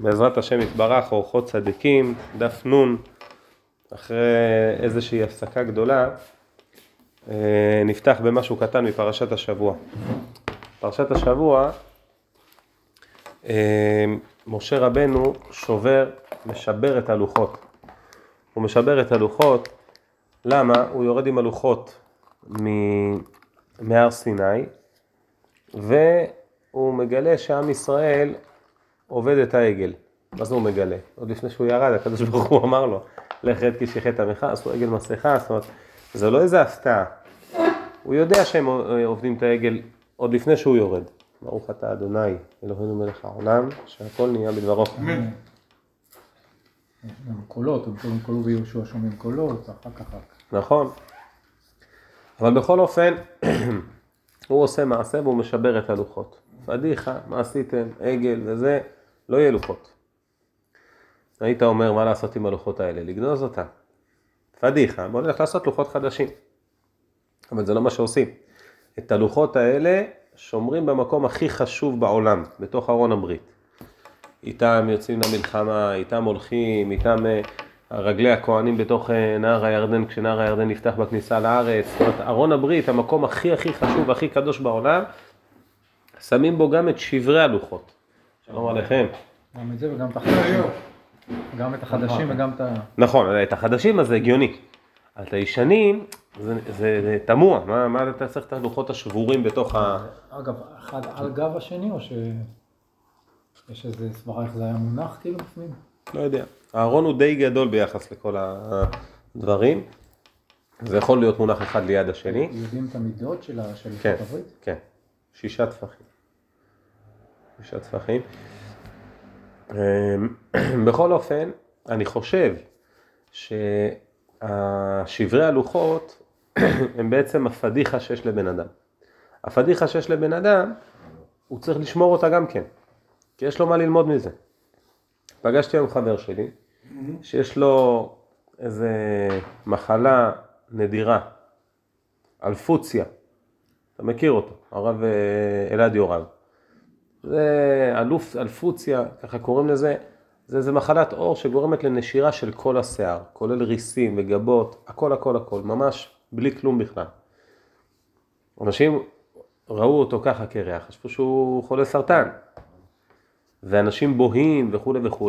בעזרת השם יתברך, אורחות צדיקים, דף נון, אחרי איזושהי הפסקה גדולה, נפתח במשהו קטן מפרשת השבוע. פרשת השבוע, משה רבנו משבר את הלוחות. הוא משבר את הלוחות, למה? הוא יורד עם הלוחות מהר סיני, והוא מגלה שעם ישראל עובד את העגל. מה זה הוא מגלה? עוד לפני שהוא ירד, הקדוש ברוך הוא אמר לו, לך רד כי שיחת עמך, עשו עגל מסכה, זאת אומרת, זה לא איזה הפתעה. הוא יודע שהם עובדים את העגל עוד לפני שהוא יורד. ברוך אתה אדוני, אלוהינו מלך העולם, שהכל נהיה בדברו. אמן. גם קולות, הם קולו ויהושע שומעים קולות, אחר כך. נכון. אבל בכל אופן, הוא עושה מעשה והוא משבר את הלוחות. פדיחה, מה עשיתם? עגל וזה, לא יהיה לוחות. היית אומר מה לעשות עם הלוחות האלה? לגנוז אותם. פדיחה, בוא נלך לעשות לוחות חדשים. אבל זה לא מה שעושים. את הלוחות האלה שומרים במקום הכי חשוב בעולם, בתוך ארון הברית. איתם יוצאים למלחמה, איתם הולכים, איתם רגלי הכהנים בתוך נהר הירדן, כשנהר הירדן נפתח בכניסה לארץ. זאת אומרת, ארון הברית, המקום הכי חשוב, הכי קדוש בעולם, שמים בו גם את שברי הלוחות. שלום עליכם. גם את זה וגם את החדשים. גם את החדשים וגם את ה... נכון, את החדשים אז זה הגיוני. את הישנים זה תמוה. מה אתה צריך את הלוחות השבורים בתוך ה... אגב, אחד על גב השני או יש איזה סברה איך זה היה מונח כאילו בפנים? לא יודע. הארון הוא די גדול ביחס לכל הדברים. זה יכול להיות מונח אחד ליד השני. יודעים את המידות של כן, לוחות הברית? כן. 6 טפחים. 6 טפחים. בכל אופן, אני חושב ששברי הלוחות הם בעצם הפדיחה שיש לבן אדם. הפדיחה שיש לבן אדם, הוא צריך לשמור אותה גם כן, כי יש לו מה ללמוד מזה. פגשתי עם חבר שלי, שיש לו איזה מחלה נדירה, אלפוציה. אתה מכיר אותו, הרב אלעד יורם. זה אלפוציה, ככה קוראים לזה, זה מחלת עור שגורמת לנשירה של כל השיער, כולל ריסים וגבות, הכל, ממש בלי כלום בכלל. אנשים ראו אותו ככה כריח, חשבו שהוא חולה סרטן, ואנשים בוהים וכו',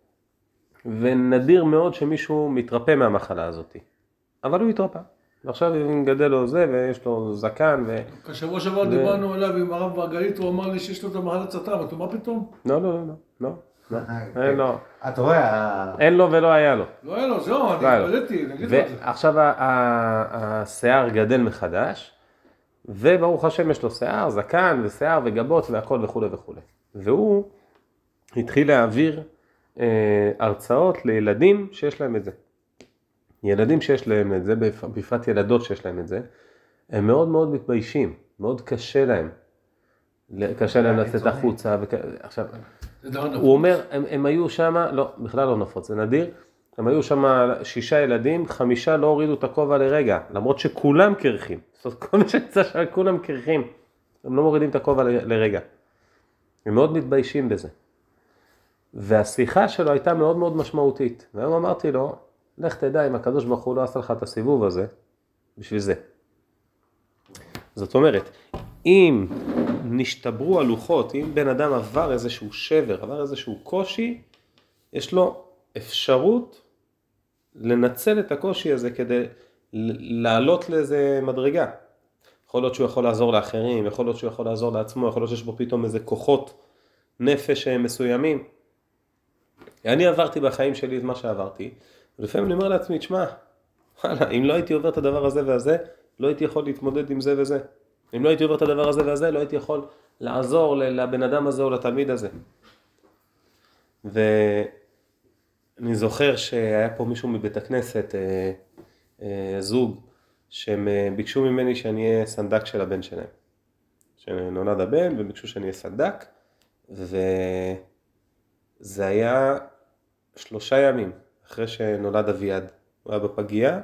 ונדיר מאוד שמישהו מתרפא מהמחלה הזאת, אבל הוא התרפא. ועכשיו גדל לו זה, ויש לו זקן, כשבוע שעבר דיברנו עליו עם הרב מרגלית, הוא אמר לי שיש לו את המחלת סרטן, אבל מה פתאום? לא. אין לו. אתה רואה? אין לו ולא היה לו. לא היה לו, זהו, אני התפלאתי, נגיד לו את זה. ועכשיו השיער גדל מחדש, וברוך השם יש לו שיער, זקן ושיער וגבות והכל וכו'. והוא התחיל להעביר הרצאות לילדים שיש להם את זה. ילדים שיש להם את זה, בפרט ילדות שיש להם את זה, הם מאוד מאוד מתביישים, מאוד קשה להם לצאת החוצה. עכשיו, הוא אומר, הם היו שם, לא, בכלל לא נפוץ, זה נדיר, הם היו שם 6 ילדים, 5 לא הורידו את הכובע לרגע, למרות שכולם קרחים, זאת אומרת, כל מי שנצא שם, כולם קרחים, הם לא מורידים את הכובע לרגע. הם מאוד מתביישים בזה. והשיחה שלו הייתה מאוד מאוד משמעותית, והיום אמרתי לו, לך תדע אם הקדוש ברוך הוא לא עשה לך את הסיבוב הזה, בשביל זה. זאת אומרת, אם נשתברו הלוחות, אם בן אדם עבר איזשהו שבר, עבר איזשהו קושי, יש לו אפשרות לנצל את הקושי הזה כדי לעלות לאיזה מדרגה. יכול להיות שהוא יכול לעזור לאחרים, יכול להיות שהוא יכול לעזור לעצמו, יכול להיות שיש בו פתאום איזה כוחות נפש מסוימים. אני עברתי בחיים שלי את מה שעברתי, ולפעמים אני אומר לעצמי, תשמע, אם לא הייתי עובר את הדבר הזה והזה, לא הייתי יכול להתמודד עם זה וזה. אם לא הייתי עובר את הדבר הזה והזה, לא הייתי יכול לעזור לבן אדם הזה או לתלמיד הזה. ואני זוכר שהיה פה מישהו מבית הכנסת, זוג, שהם ביקשו ממני שאני אהיה סנדק של הבן שלהם. שנולד הבן וביקשו שאני אהיה סנדק, וזה היה 3 ימים אחרי שנולד אביעד. הוא היה בפגייה,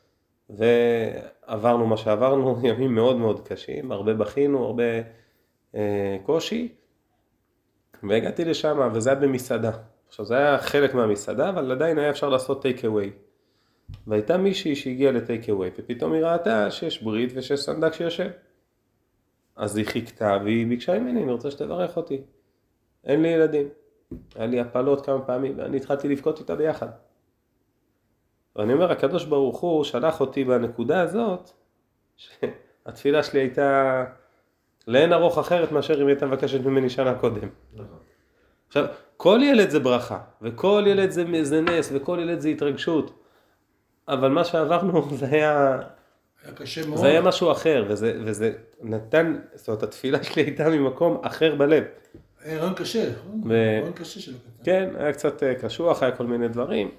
ועברנו מה שעברנו, ימים מאוד מאוד קשים, הרבה בכינו, הרבה קושי, והגעתי לשם, וזה היה במסעדה. עכשיו זה היה חלק מהמסעדה, אבל עדיין היה אפשר לעשות טייק אווי. והייתה מישהי שהגיעה לטייק אווי, ופתאום היא ראתה שיש ברית ושיש סנדק שיושב. אז היא חיכתה והיא ביקשה ממני, אני רוצה שתברך אותי. אין לי ילדים. היה לי הפלות כמה פעמים, ואני התחלתי לבכות איתה ביחד. ואני אומר, הקדוש ברוך הוא שלח אותי בנקודה הזאת, שהתפילה שלי הייתה לאין ארוך אחרת מאשר אם הייתה מבקשת ממני שנה קודם. עכשיו, כל ילד זה ברכה, וכל ילד זה נס, וכל ילד זה התרגשות. אבל מה שעברנו זה היה קשה מאוד. זה היה משהו אחר, וזה נתן, זאת אומרת, התפילה שלי הייתה ממקום אחר בלב. היה רעיון קשה, רעיון קשה של הקטן. כן, היה קצת קשוח, היה כל מיני דברים.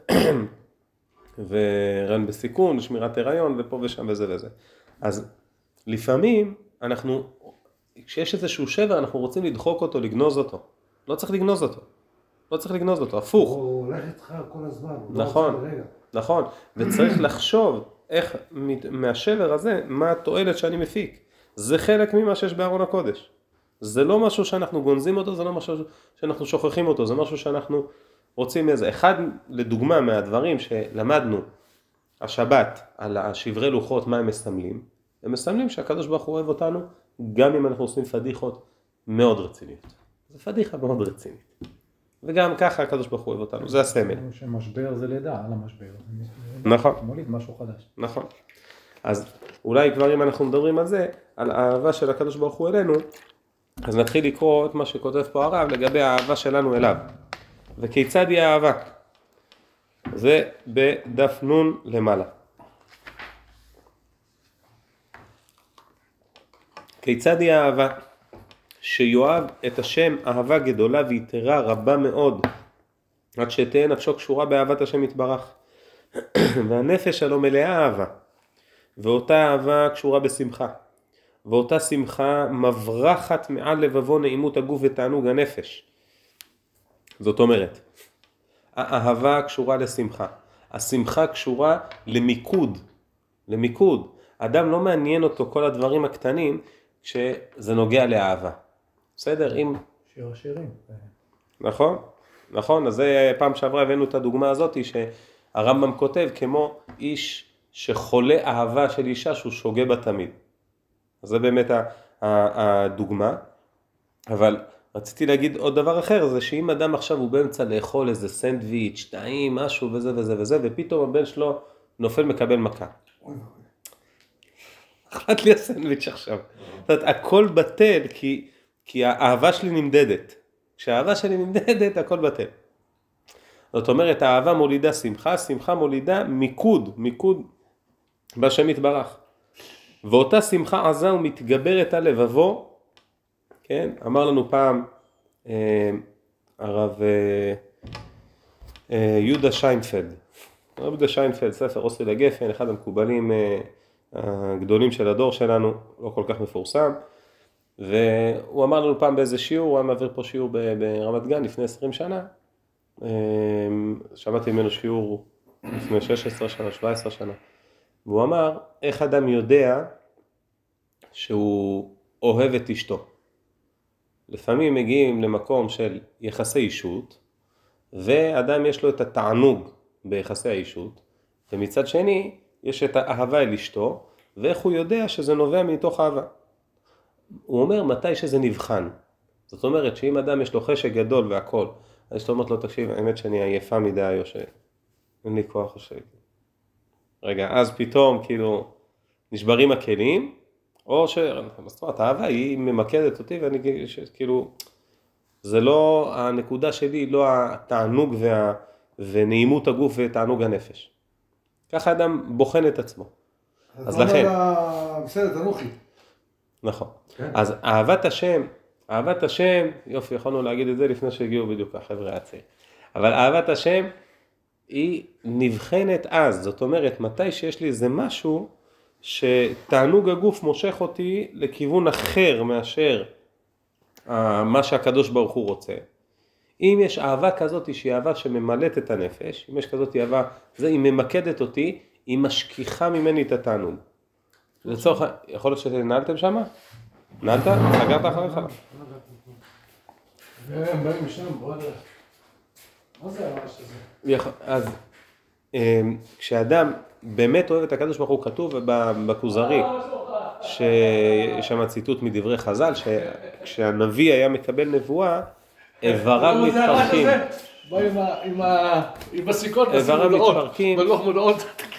ורעיון בסיכון, שמירת הריון, ופה ושם וזה וזה. אז לפעמים אנחנו, כשיש איזשהו שבר, אנחנו רוצים לדחוק אותו, לגנוז אותו. לא צריך לגנוז אותו. לא צריך לגנוז אותו, הפוך. הוא הולך איתך כל הזמן. נכון, נכון. וצריך לחשוב איך מהשבר הזה, מה התועלת שאני מפיק. זה חלק ממה שיש בארון הקודש. זה לא משהו שאנחנו גונזים אותו, זה לא משהו שאנחנו שוכחים אותו, זה משהו שאנחנו רוצים איזה. אחד לדוגמה מהדברים שלמדנו השבת על השברי לוחות, מה הם מסמלים? הם מסמלים שהקדוש ברוך הוא אוהב אותנו, גם אם אנחנו עושים פדיחות מאוד רציניות. זה פדיחה מאוד רצינית. וגם ככה הקדוש ברוך הוא אוהב אותנו, זה הסמל. שמשבר זה לידה על המשבר. נכון. מוליד משהו חדש. נכון. אז אולי כבר אם אנחנו מדברים על זה, על האהבה של הקדוש ברוך הוא אלינו, אז נתחיל לקרוא את מה שכותב פה הרב לגבי האהבה שלנו אליו. וכיצד היא האהבה? זה בדף נון למעלה. כיצד היא האהבה? שיואב את השם אהבה גדולה ויתרה רבה מאוד, עד שתהיה נפשו קשורה באהבת השם יתברך. והנפש שלו מלאה אהבה, ואותה אהבה קשורה בשמחה, ואותה שמחה מברחת מעל לבבו נעימות הגוף ותענוג הנפש. זאת אומרת, האהבה קשורה לשמחה, השמחה קשורה למיקוד. אדם לא מעניין אותו כל הדברים הקטנים כשזה נוגע לאהבה. בסדר? אם... שיר השירים. נכון, אז זה פעם שעברה הבאנו את הדוגמה הזאת שהרמב"ם כותב כמו איש שחולה אהבה של אישה שהוא שוגה בה תמיד. אז זה באמת הדוגמה. אבל רציתי להגיד עוד דבר אחר, זה שאם אדם עכשיו הוא באמצע לאכול איזה סנדוויץ', טעים, משהו וזה, ופתאום הבן שלו נופל מקבל מכה. אכלת לי הסנדוויץ' עכשיו. זאת אומרת, הכל בטל כי האהבה שלי נמדדת. כשהאהבה שלי נמדדת, הכל בטל. זאת אומרת, האהבה מולידה שמחה, שמחה מולידה מיקוד בשם יתברך. ואותה שמחה עזה ומתגברת על לבבו, כן? אמר לנו פעם הרב יהודה שיינפלד. הרב יהודה שיינפלד, ספר אוסרי לגפן, אחד המקובלים הגדולים של הדור שלנו, לא כל כך מפורסם. והוא אמר לנו פעם באיזה שיעור, הוא היה מעביר פה שיעור ברמת גן לפני 20 שנה. שמעתי ממנו שיעור לפני 16 שנה, 17 שנה. והוא אמר, איך אדם יודע שהוא אוהב את אשתו? לפעמים מגיעים למקום של יחסי אישות, ואדם יש לו את התענוג ביחסי האישות, ומצד שני יש את האהבה אל אשתו, ואיך הוא יודע שזה נובע מתוך אהבה. הוא אומר מתי שזה נבחן. זאת אומרת שאם אדם יש לו חשק גדול והכל, אז אתה אומרת לו, תקשיב, האמת שאני עייפה מדי, או שאין לי כוח, או רגע, אז פתאום כאילו נשברים הכלים, או זאת אומרת, האהבה היא ממקדת אותי, ואני כאילו, זה לא, הנקודה שלי, לא התענוג ונעימות הגוף ותענוג הנפש. ככה אדם בוחן את עצמו. אז לכן. בסדר, תנוחי. נכון. אז אהבת השם, יופי, יכולנו להגיד את זה לפני שהגיעו בדיוק החבר'ה הצעירים. אבל אהבת השם היא נבחנת אז, זאת אומרת, מתי שיש לי איזה משהו שתענוג הגוף מושך אותי לכיוון אחר מאשר מה שהקדוש ברוך הוא רוצה. אם יש אהבה כזאת שהיא אהבה שממלאת את הנפש, אם יש כזאת אהבה, היא ממקדת אותי, היא משכיחה ממני את התענוג. לצורך, יכול להיות שנעלתם שמה? נעלת? סגרת אחריך? הם באים משם, בוא נראה. מה זה הרעש הזה? אז כשאדם באמת אוהב את הקדוש ברוך הוא, כתוב בכוזרי, שיש שם ציטוט מדברי חז"ל, שכשהנביא היה מקבל נבואה, איבריו מתפרקים. בא עם הסיכות איבריו מתפרקים. בלוח מודעות.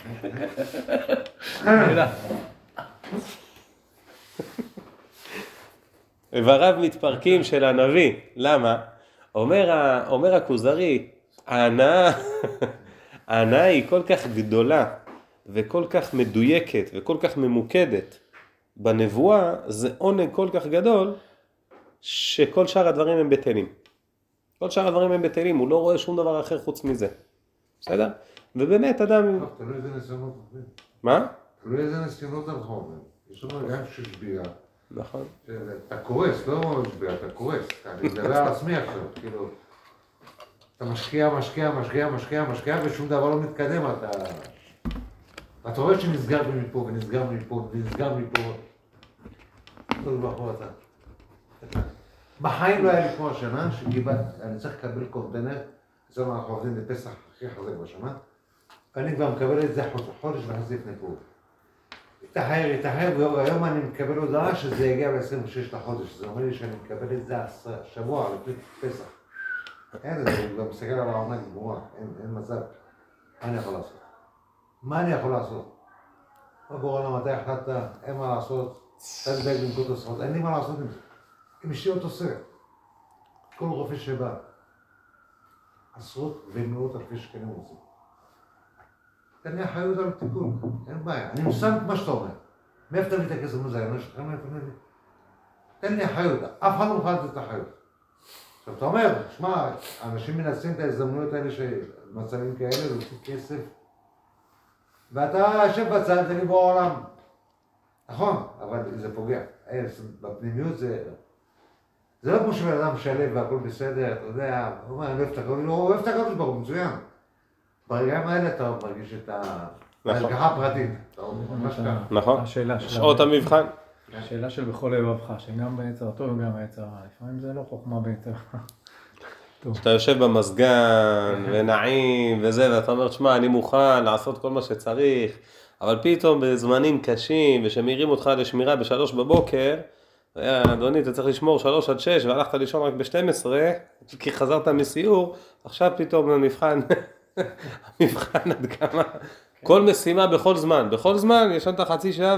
איבריו מתפרקים של הנביא. למה? אומר הכוזרי, ההנאה היא כל כך גדולה וכל כך מדויקת וכל כך ממוקדת בנבואה, זה עונג כל כך גדול שכל שאר הדברים הם בטלים. כל שאר הדברים הם בטלים, הוא לא רואה שום דבר אחר חוץ מזה. בסדר? ובאמת אדם... תלוי איזה ניסיונות עוברים. מה? תלוי איזה ניסיונות אנחנו עוברים. יש לנו גם של שביעה. נכון. אתה קורס, לא שביעה, אתה קורס. אני מדבר על עצמי עכשיו, כאילו... אתה משקיע, ושום דבר לא מתקדם, אתה רואה שנסגר מפה ונסגר מפה ונסגר מפה. כל בחור אתה. בחיים לא היה לי כמו השנה, אני צריך לקבל קונטיינר, אצלנו אנחנו עובדים לפסח הכי חזק בשנה, ואני כבר מקבל את זה חודש וחצי לפני פור. התאחר, והיום אני מקבל הודעה שזה יגיע ב-26 לחודש, זה אומר לי שאני מקבל את זה שבוע לפני פסח. אין את זה, הוא גם מסתכל על העונה גמורה, אין מצב. מה אני יכול לעשות? מה גורלם, מתי החלטת, אין מה לעשות, תדאג למכות עשרות, אין לי מה לעשות עם זה. עם אשתי אותו סרט. כל רופא שבא, עשרות ומאות אלפי שקלים רוצים. תן לי אחריות על הטיפול, אין בעיה. אני מסיים את מה שאתה אומר. מאיפה תביא את הכסף מזה? אני שלכם מאיפה נביא? תן לי אחריות, אף אחד לא מוכן לתת את האחריות. עכשיו אתה אומר, שמע, אנשים מנסים את ההזדמנויות האלה שמצבים כאלה, להוציא כסף, ואתה יושב בצד, זה לי בעולם. נכון, אבל זה פוגע. בפנימיות זה לא כמו שבן אדם שלב והכל בסדר, אתה יודע, הוא אומר, אני אוהב את הקדוש ברוך הוא, מצוין. ברגעים האלה אתה מרגיש את ההשגחה הפרטית. נכון, שעות המבחן. השאלה של בכל לבבך, שגם ביצר הטוב וגם ביצר הרע, לפעמים זה לא חוכמה ביצר. כשאתה יושב במסגן ונעים וזה, ואתה אומר, שמע, אני מוכן לעשות כל מה שצריך, אבל פתאום בזמנים קשים, ושמעירים אותך לשמירה ב3 בבוקר, אדוני, אתה צריך לשמור 3 עד 6, והלכת לישון רק ב12, כי חזרת מסיור, עכשיו פתאום המבחן עד כמה, כל משימה בכל זמן, ישנת חצי שעה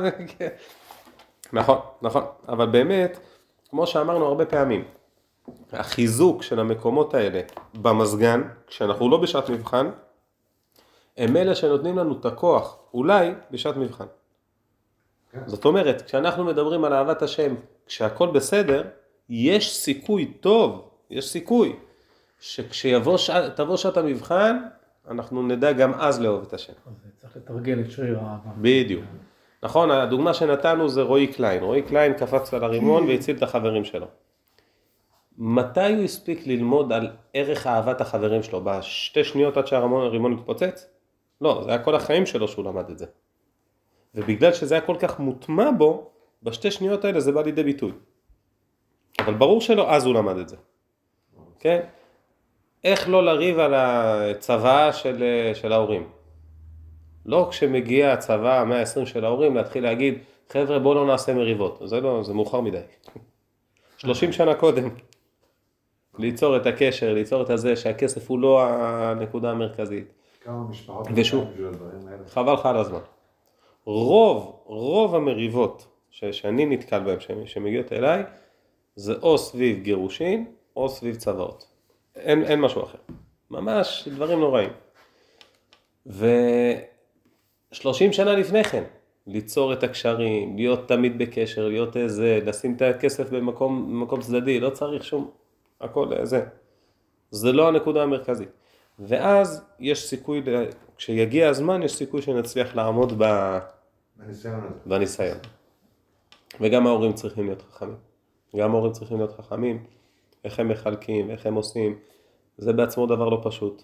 נכון, אבל באמת, כמו שאמרנו הרבה פעמים, החיזוק של המקומות האלה במסגן, כשאנחנו לא בשעת מבחן, הם אלה שנותנים לנו את הכוח, אולי בשעת מבחן. זאת אומרת, כשאנחנו מדברים על אהבת השם, כשהכל בסדר, יש סיכוי טוב, יש סיכוי, שכשתבוא שעת המבחן, אנחנו נדע גם אז לאהוב את השם. צריך לתרגל את שריר האהבה. בדיוק. נכון, הדוגמה שנתנו זה רועי קליין. רועי קליין קפץ על הרימון והציל את החברים שלו. מתי הוא הספיק ללמוד על ערך אהבת החברים שלו? בשתי שניות עד שהרימון התפוצץ? לא, זה היה כל החיים שלו שהוא למד את זה. ובגלל שזה היה כל כך מוטמע בו, בשתי שניות האלה זה בא לידי ביטוי. אבל ברור שלא, אז הוא למד את זה. כן? איך לא לריב על הצבא של ההורים? לא כשמגיע הצבא 120 של ההורים להתחיל להגיד, חבר'ה בואו לא נעשה מריבות. זה לא, זה מאוחר מדי. 30 שנה קודם. ליצור את הקשר, ליצור את הזה שהכסף הוא לא הנקודה המרכזית. כמה משפחות... ושוב, חבל לך על הזמן. רוב המריבות שאני נתקל בהן, שמגיעות אליי, זה או סביב גירושין, או סביב צבאות. אין משהו אחר. ממש דברים נוראים. 30 שנה לפני כן, ליצור את הקשרים, להיות תמיד בקשר, להיות איזה, לשים את הכסף במקום צדדי, לא צריך שום, הכל זה. זה לא הנקודה המרכזית. ואז יש סיכוי, כשיגיע הזמן, יש סיכוי שנצליח לעמוד בניסיון. וגם ההורים צריכים להיות חכמים. איך הם מחלקים, איך הם עושים. זה בעצמו דבר לא פשוט.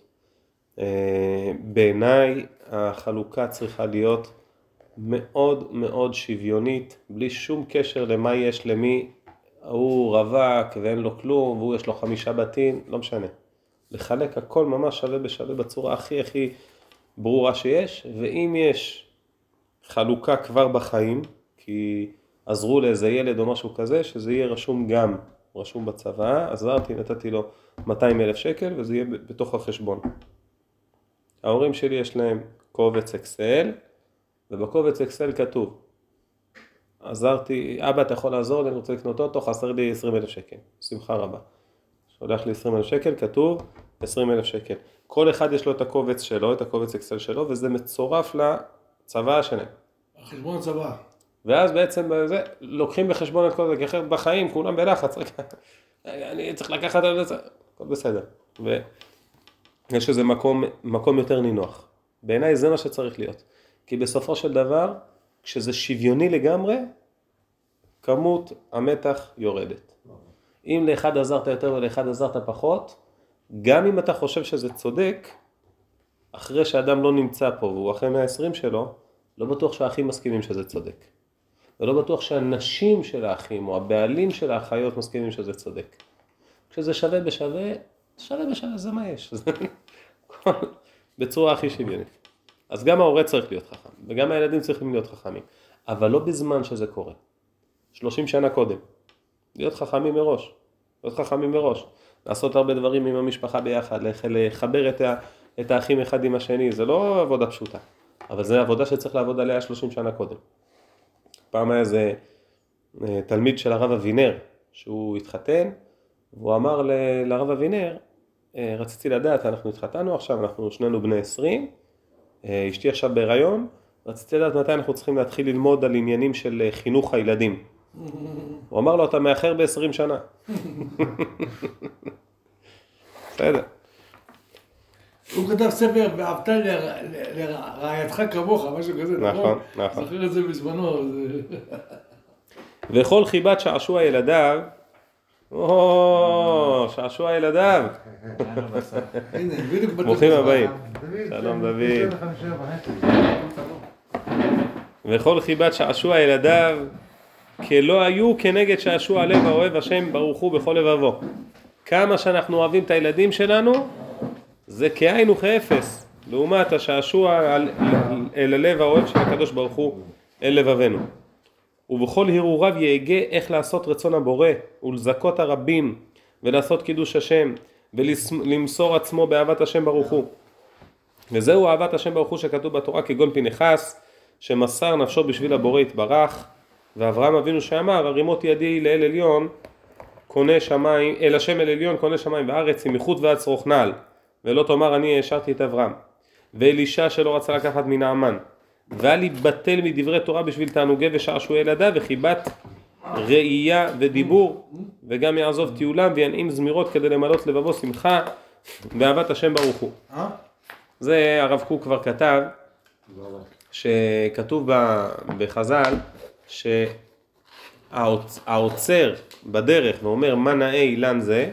בעיניי החלוקה צריכה להיות מאוד מאוד שוויונית, בלי שום קשר למה יש למי, הוא רווק ואין לו כלום, והוא יש לו 5 בתים, לא משנה. לחלק הכל ממש שווה בשווה בצורה הכי הכי ברורה שיש, ואם יש חלוקה כבר בחיים, כי עזרו לאיזה ילד או משהו כזה, שזה יהיה רשום גם, רשום בצבא, עזרתי, נתתי לו 200,000 שקל, וזה יהיה בתוך החשבון. ההורים שלי יש להם קובץ אקסל, ובקובץ אקסל כתוב, עזרתי, אבא אתה יכול לעזור לי, אני רוצה לקנות אותו, חסר לי 20,000 שקל, שמחה רבה. שולח לי 20,000 שקל, כתוב 20,000 שקל. כל אחד יש לו את הקובץ שלו, את הקובץ אקסל שלו, וזה מצורף לצבא שלהם. חשבון הצבא. ואז בעצם בזה, לוקחים בחשבון את כל זה, כי אחרת בחיים כולם בלחץ, אני צריך לקחת על זה, הכל בסדר. ויש איזה מקום יותר נינוח. בעיניי זה מה שצריך להיות. כי בסופו של דבר, כשזה שוויוני לגמרי, כמות המתח יורדת. אם לאחד עזרת יותר ולאחד עזרת פחות, גם אם אתה חושב שזה צודק, אחרי שאדם לא נמצא פה והוא אחרי 120 שלו, לא בטוח שהאחים מסכימים שזה צודק. ולא בטוח שהנשים של האחים או הבעלים של האחיות מסכימים שזה צודק. כשזה שווה בשווה, שווה בשווה, זה מה יש. בצורה הכי שוויונית. אז גם ההורה צריך להיות חכם, וגם הילדים צריכים להיות חכמים. אבל לא בזמן שזה קורה. 30 שנה קודם. להיות חכמים מראש. להיות חכמים מראש. לעשות הרבה דברים עם המשפחה ביחד, לחבר את האחים אחד עם השני. זה לא עבודה פשוטה. אבל זו עבודה שצריך לעבוד עליה 30 שנה קודם. פעם היה איזה תלמיד של הרב אבינר, שהוא התחתן, והוא אמר לרב אבינר, רציתי לדעת, אנחנו התחתנו עכשיו, אנחנו שנינו בני 20, אשתי עכשיו בהיריון, רציתי לדעת מתי אנחנו צריכים להתחיל ללמוד על עניינים של חינוך הילדים. הוא אמר לו, אתה מאחר ב-20 שנה. בסדר. הוא כתב ספר, ואהבת לרעייתך כמוך, משהו כזה, נכון, נכון. זוכר את זה בזמנו. וכל חיבת שעשוע ילדיו, שעשוע ילדיו. הנה, בדיוק בטוח. ברוכים הבאים. שלום דוד. וכל חיבת שעשוע ילדיו, כלא היו כנגד שעשוע לב האוהב השם ברוך הוא בכל לבבו. כמה שאנחנו אוהבים את הילדים שלנו, זה כאין וכאפס, לעומת השעשוע אל הלב האוהב של הקדוש ברוך הוא אל לבבנו. ובכל הרהוריו יהגה איך לעשות רצון הבורא ולזכות הרבים ולעשות קידוש השם ולמסור עצמו באהבת השם ברוך הוא. וזהו אהבת השם ברוך הוא שכתוב בתורה, כגון פנחס שמסר נפשו בשביל הבורא יתברך, ואברהם אבינו שאמר, הרימות ידי לאל עליון קונה שמיים, אל השם אל עליון קונה שמיים וארץ עם איכות ועד צרוך נעל, ולא תאמר אני השארתי את אברהם. ואלישע שלא רצה לקחת מנעמן, ואל יבטל מדברי תורה בשביל תענוגי ושעשועי ילדיו, וחיבת ראייה ודיבור, וגם יעזוב טיולם וינעים זמירות כדי למלות לבבו שמחה ואהבת השם ברוך הוא. זה הרב קוק כבר כתב, שכתוב בחז"ל, שהעוצר בדרך ואומר מה נאה אילן זה,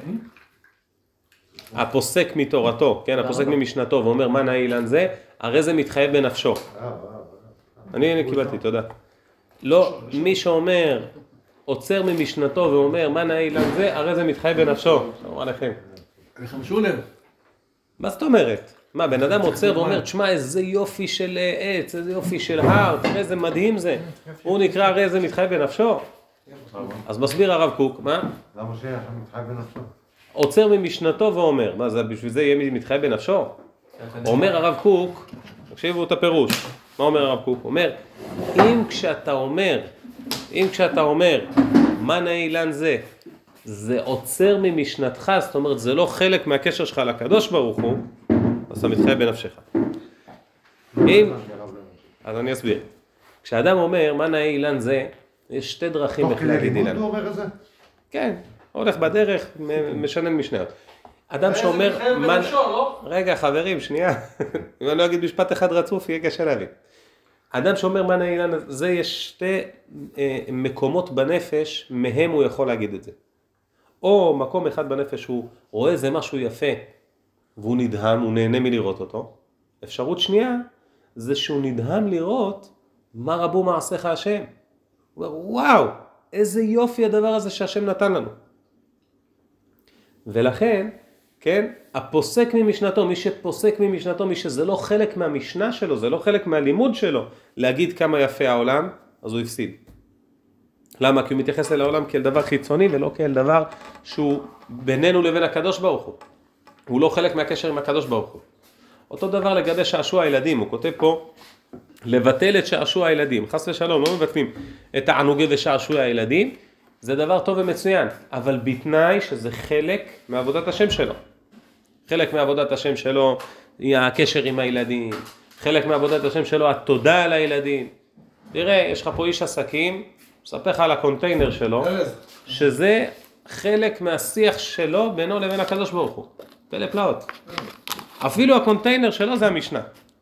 הפוסק מתורתו, כן, הפוסק ממשנתו ואומר מה נאה אילן זה, הרי זה מתחייב בנפשו. אני קיבלתי, תודה. לא, מי שאומר, עוצר ממשנתו ואומר מה נאה אילן זה, הרי זה מתחייב בנפשו. אמר לכם. עליכם שולם. מה זאת אומרת? מה, בן אדם עוצר ואומר, תשמע, איזה יופי של עץ, איזה יופי של הר, תראה איזה מדהים זה. הוא נקרא הרי זה מתחייב בנפשו. אז מסביר הרב קוק, מה? למה שיהיה מתחייב בנפשו? עוצר ממשנתו ואומר, מה זה, בשביל זה יהיה מתחייב בנפשו? אומר הרב קוק, תקשיבו את הפירוש, מה אומר הרב קוק? הוא אומר, אם כשאתה אומר, מה נאה אילן זה, זה עוצר ממשנתך, זאת אומרת, זה לא חלק מהקשר שלך לקדוש ברוך הוא, אז אתה מתחייב בנפשך. אז אני אסביר. כשאדם אומר, מה נאה אילן זה, יש שתי דרכים איך להגיד אילן. תוך כדי לימוד הוא אומר את זה? כן, הולך בדרך, משנן משניות. אדם שאומר, רגע חברים, שנייה, אם אני לא אגיד משפט אחד רצוף, יהיה קשה להבין. אדם שאומר מה נאה אילן זה, יש שתי מקומות בנפש, מהם הוא יכול להגיד את זה. או מקום אחד בנפש הוא רואה איזה משהו יפה, והוא נדהם, הוא נהנה מלראות אותו. אפשרות שנייה, זה שהוא נדהם לראות מה רבו מעשיך השם. הוא אומר, וואו, איזה יופי הדבר הזה שהשם נתן לנו. ולכן, כן? הפוסק ממשנתו, מי שפוסק ממשנתו, מי שזה לא חלק מהמשנה שלו, זה לא חלק מהלימוד שלו, להגיד כמה יפה העולם, אז הוא הפסיד. למה? כי הוא מתייחס אל העולם כאל דבר חיצוני ולא כאל דבר שהוא בינינו לבין הקדוש ברוך הוא. הוא לא חלק מהקשר עם הקדוש ברוך הוא. אותו דבר לגבי שעשוע הילדים, הוא כותב פה, לבטל את שעשוע הילדים. חס ושלום, לא מבטלים את תענוגי ושעשוע הילדים, זה דבר טוב ומצוין, אבל בתנאי שזה חלק מעבודת השם שלו. חלק מעבודת השם שלו היא הקשר עם הילדים, חלק מעבודת השם שלו התודה על הילדים. תראה, יש לך פה איש עסקים, מספר לך על הקונטיינר שלו, שזה חלק מהשיח שלו בינו לבין הקדוש ברוך הוא. פלא פלאות. אפילו הקונטיינר שלו זה המשנה.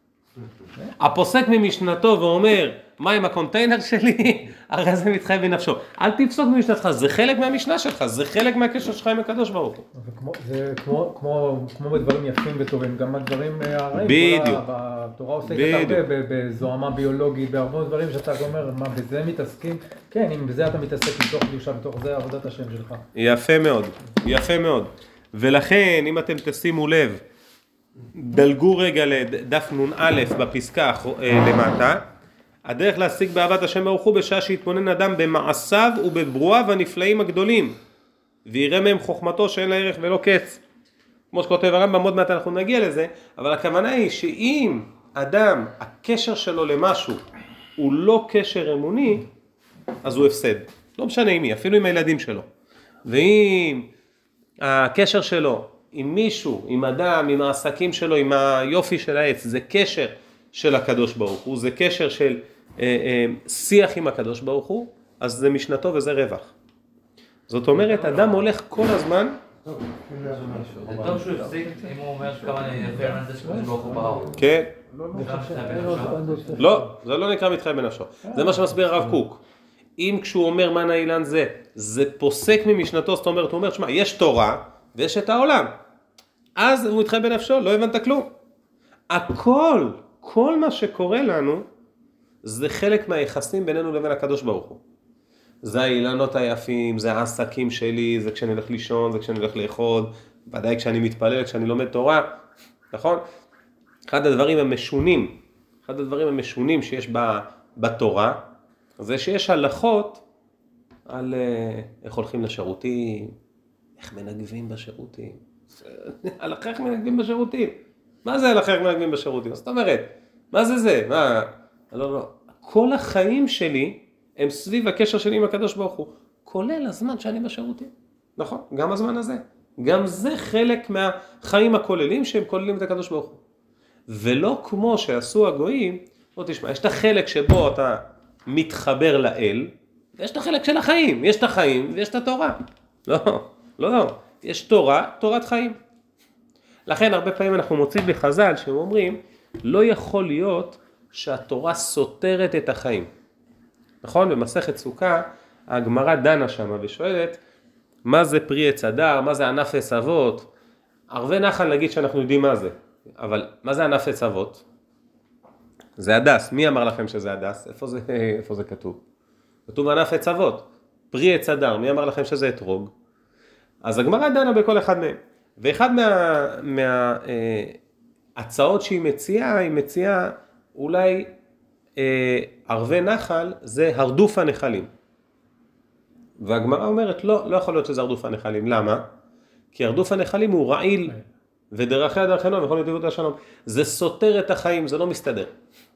הפוסק ממשנתו ואומר, מה עם הקונטיינר שלי? הרי זה מתחייב בנפשו. אל תפסוק במשנתך, זה חלק מהמשנה שלך, זה חלק מהקשר שלך עם הקדוש ברוך הוא. זה כמו בדברים יפים וטובים, גם הדברים הרעים. בדיוק. התורה עוסקת הרבה בזוהמה ביולוגית, בהרבה דברים שאתה אומר, מה בזה מתעסקים? כן, אם בזה אתה מתעסק מתוך קדושה, מתוך זה עבודת השם שלך. יפה מאוד, יפה מאוד. ולכן, אם אתם תשימו לב, דלגו רגע לדף נ"א בפסקה למטה, הדרך להשיג באהבת השם ברוך הוא בשעה שיתבונן אדם במעשיו ובברואיו הנפלאים הגדולים, ויראה מהם חוכמתו שאין לה ערך ולא קץ. כמו שכותב הרמב"ם, עוד מעט אנחנו נגיע לזה, אבל הכוונה היא שאם אדם, הקשר שלו למשהו הוא לא קשר אמוני, אז הוא הפסד. לא משנה עם מי, אפילו עם הילדים שלו. ואם הקשר שלו עם מישהו, עם אדם, עם העסקים שלו, עם היופי של העץ, זה קשר של הקדוש ברוך הוא, זה קשר של שיח עם הקדוש ברוך הוא, אז זה משנתו וזה רווח. זאת אומרת, אדם הולך כל הזמן. זה טוב שהוא הפסיק, אם הוא אומר כמה יפה על זה שקדוש ברוך הוא ברא. כן. לא, זה לא נקרא מתחייב בנפשו. זה מה שמסביר הרב קוק. אם כשהוא אומר מה נעילן זה פוסק ממשנתו, זאת אומרת, הוא אומר, שמה, יש תורה ויש את העולם. אז הוא מתחייב בנפשו, לא הבנת כלום. הכל, כל מה שקורה לנו, זה חלק מהיחסים בינינו לבין הקדוש ברוך הוא. זה האילנות היפים, זה העסקים שלי, זה כשאני הולך לישון, זה כשאני הולך לאכול, ודאי כשאני מתפלל, כשאני לומד תורה, נכון? אחד הדברים המשונים שיש בתורה, זה שיש הלכות על איך הולכים לשירותים, איך מנגבים בשירותים. הלכה איך מנגבים בשירותים. מה זה הלכה איך מנגבים בשירותים? זאת אומרת, מה זה? לא. כל החיים שלי הם סביב הקשר שלי עם הקדוש ברוך הוא, כולל הזמן שאני בשירותים. נכון? גם הזמן הזה. גם זה חלק מהחיים הכוללים שהם כוללים את הקדוש ברוך הוא. ולא כמו שעשו הגויים, בוא תשמע, יש את החלק שבו אתה מתחבר לאל, ויש את החלק של החיים. יש את החיים ויש את התורה. לא. יש תורת חיים. לכן הרבה פעמים אנחנו מוצאים בחז"ל שהם אומרים, לא יכול להיות שהתורה סותרת את החיים. נכון? במסכת סוכה, הגמרא דנה שמה ושואלת, מה זה פרי עץ הדר, מה זה ענף עץ אבות? ערבי נחל נגיד שאנחנו יודעים מה זה, אבל מה זה ענף עץ אבות? זה הדס, מי אמר לכם שזה הדס? איפה זה כתוב? כתוב ענף עץ אבות, פרי עץ הדר, מי אמר לכם שזה אתרוג? אז הגמרא דנה בכל אחד מהם, ואחד מההצעות שהיא מציעה אולי ערבי נחל זה הרדוף הנחלים. והגמרא אומרת לא יכול להיות שזה הרדוף הנחלים. למה? כי הרדוף הנחלים הוא רעיל, ודרכי הדרכנו וכל נתיבות השלום. זה סותר את החיים, זה לא מסתדר.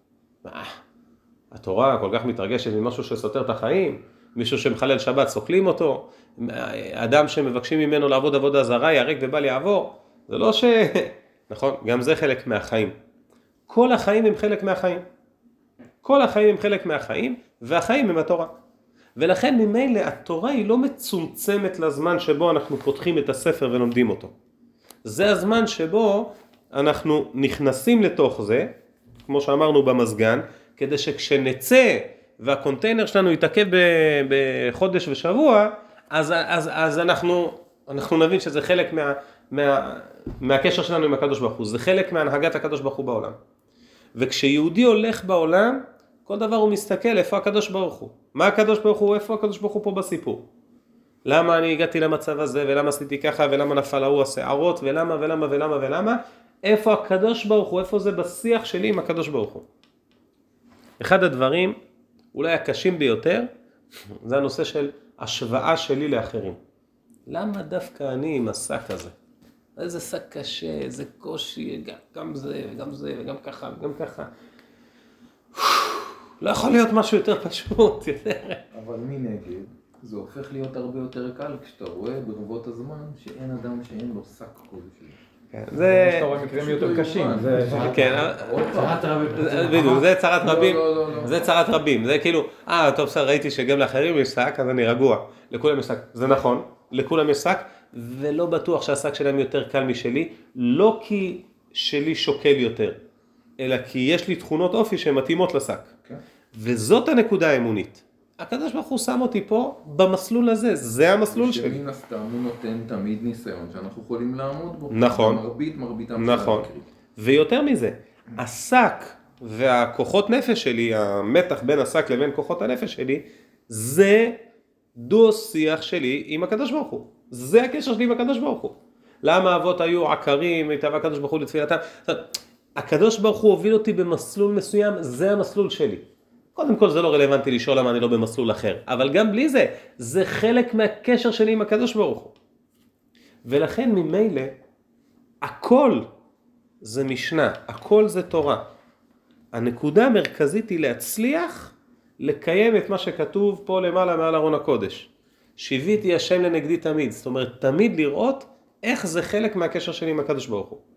התורה כל כך מתרגשת ממשהו שסותר את החיים, מישהו שמחלל שבת סוכלים אותו, אדם שמבקשים ממנו לעבוד עבודה זרה ירק ובל יעבור, זה לא נכון, גם זה חלק מהחיים. כל החיים הם חלק מהחיים. כל החיים הם חלק מהחיים, והחיים הם התורה. ולכן ממילא התורה היא לא מצומצמת לזמן שבו אנחנו פותחים את הספר ולומדים אותו. זה הזמן שבו אנחנו נכנסים לתוך זה, כמו שאמרנו במזגן, כדי שכשנצא והקונטיינר שלנו יתעכב בחודש ושבוע, אז אנחנו נבין שזה חלק מהקשר שלנו עם הקדוש ברוך הוא. זה חלק מהנהגת הקדוש ברוך הוא בעולם. וכשיהודי הולך בעולם, כל דבר הוא מסתכל איפה הקדוש ברוך הוא. מה הקדוש ברוך הוא, איפה הקדוש ברוך הוא פה בסיפור. למה אני הגעתי למצב הזה, ולמה עשיתי ככה, ולמה נפל ההוא השערות, ולמה, איפה הקדוש ברוך הוא, איפה זה בשיח שלי עם הקדוש ברוך הוא. אחד הדברים, אולי הקשים ביותר, זה הנושא של השוואה שלי לאחרים. למה דווקא אני עם השק הזה? איזה שק קשה, איזה קושי, גם זה, וגם זה, וגם ככה, וגם ככה. לא יכול להיות משהו יותר פשוט, יותר. אבל מנגד, זה הופך להיות הרבה יותר קל כשאתה רואה ברבות הזמן שאין אדם שאין לו שק כלשהו. זה... שאתה רואה מקרים יותר קשים. כן, צרת רבים. בדיוק, זה צרת רבים. לא. זה צרת רבים. זה כאילו, טוב, בסדר, ראיתי שגם לאחרים יש שק, אז אני רגוע. לכולם יש שק. זה נכון, לכולם יש שק, ולא בטוח שהשק שלהם יותר קל משלי, לא כי שלי שוקל יותר, אלא כי יש לי תכונות אופי שהן מתאימות לשק. וזאת הנקודה האמונית. הקדוש ברוך הוא שם אותי פה במסלול הזה, זה המסלול שלי. שמן הסתם הוא נותן תמיד ניסיון שאנחנו יכולים לעמוד בו. נכון. מרביתם נכון. ויותר מזה, השק והכוחות נפש שלי, המתח בין השק לבין כוחות הנפש שלי, זה דו שיח שלי עם הקדוש ברוך הוא. זה הקשר שלי עם הקדוש ברוך הוא. למה האבות היו עקרים, התאווה הקדוש ברוך הוא לתפילתם? הקדוש ברוך הוא הוביל אותי במסלול מסוים, זה המסלול שלי. קודם כל זה לא רלוונטי לשאול למה אני לא במסלול אחר, אבל גם בלי זה, זה חלק מהקשר שלי עם הקדוש ברוך הוא. ולכן ממילא, הכל זה משנה, הכל זה תורה. הנקודה המרכזית היא להצליח לקיים את מה שכתוב פה למעלה מעל ארון הקודש. שיוויתי השם לנגדי תמיד, זאת אומרת תמיד לראות איך זה חלק מהקשר שלי עם הקדוש ברוך הוא.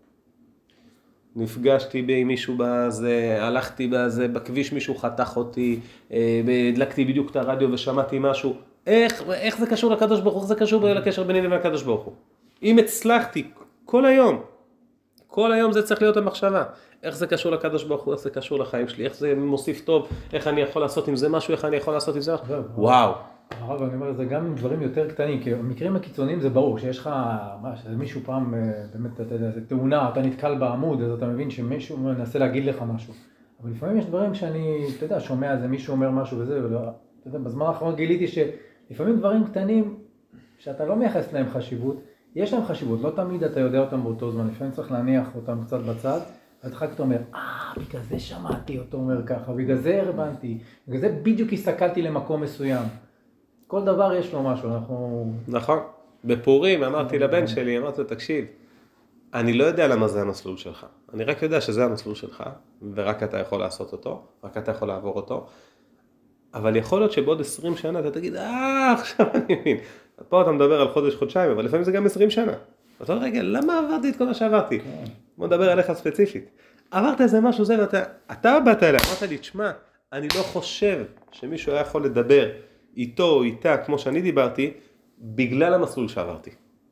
נפגשתי עם מישהו בזה, הלכתי בזה, בכביש מישהו חתך אותי, הדלקתי בדיוק את הרדיו ושמעתי משהו. איך זה קשור לקדוש ברוך הוא? איך זה קשור לקשר ביני לבין הקדוש ברוך הוא? אם הצלחתי כל היום זה צריך להיות המחשבה. איך זה קשור לקדוש ברוך הוא? איך זה קשור לחיים שלי? איך זה מוסיף טוב? איך אני יכול לעשות עם זה משהו? איך אני יכול לעשות עם זה משהו? וואו. הרב, אני אומר, זה גם דברים יותר קטנים, כי במקרים הקיצוניים זה ברור, שיש לך, מישהו פעם, באמת, אתה יודע, זה תאונה, אתה נתקל בעמוד, אז אתה מבין שמישהו מנסה להגיד לך משהו. אבל לפעמים יש דברים שאני, אתה יודע, שומע, זה מישהו אומר משהו וזה, ולא, אתה יודע, בזמן האחרון גיליתי שלפעמים דברים קטנים, שאתה לא מייחס להם חשיבות, יש להם חשיבות, לא תמיד אתה יודע אותם באותו זמן, לפעמים צריך להניח אותם קצת בצד, ואתה אחר כך אומר, בגלל זה שמעתי אותו אומר ככה, בגלל זה הרבנתי, בגלל זה בדיוק הסתכלתי למקום מסוים. כל דבר יש לו משהו, אנחנו... נכון. בפורים אמרתי לבן שלי, אמרתי לו, תקשיב, אני לא יודע למה זה המסלול שלך. אני רק יודע שזה המסלול שלך, ורק אתה יכול לעשות אותו, רק אתה יכול לעבור אותו. אבל יכול להיות שבעוד 20 שנה אתה תגיד, עכשיו אני מבין. פה אתה מדבר על חודש, חודשיים, אבל לפעמים זה גם 20 שנה. אתה אומר, רגע, למה עברתי את כל מה שעברתי? בוא נדבר עליך ספציפית. עברת איזה משהו זה, ואתה באת אליה, אמרת לי, תשמע, אני לא חושב שמישהו היה יכול לדבר איתו או איתה, כמו שאני דיברתי, בגלל המסלול שעברתי.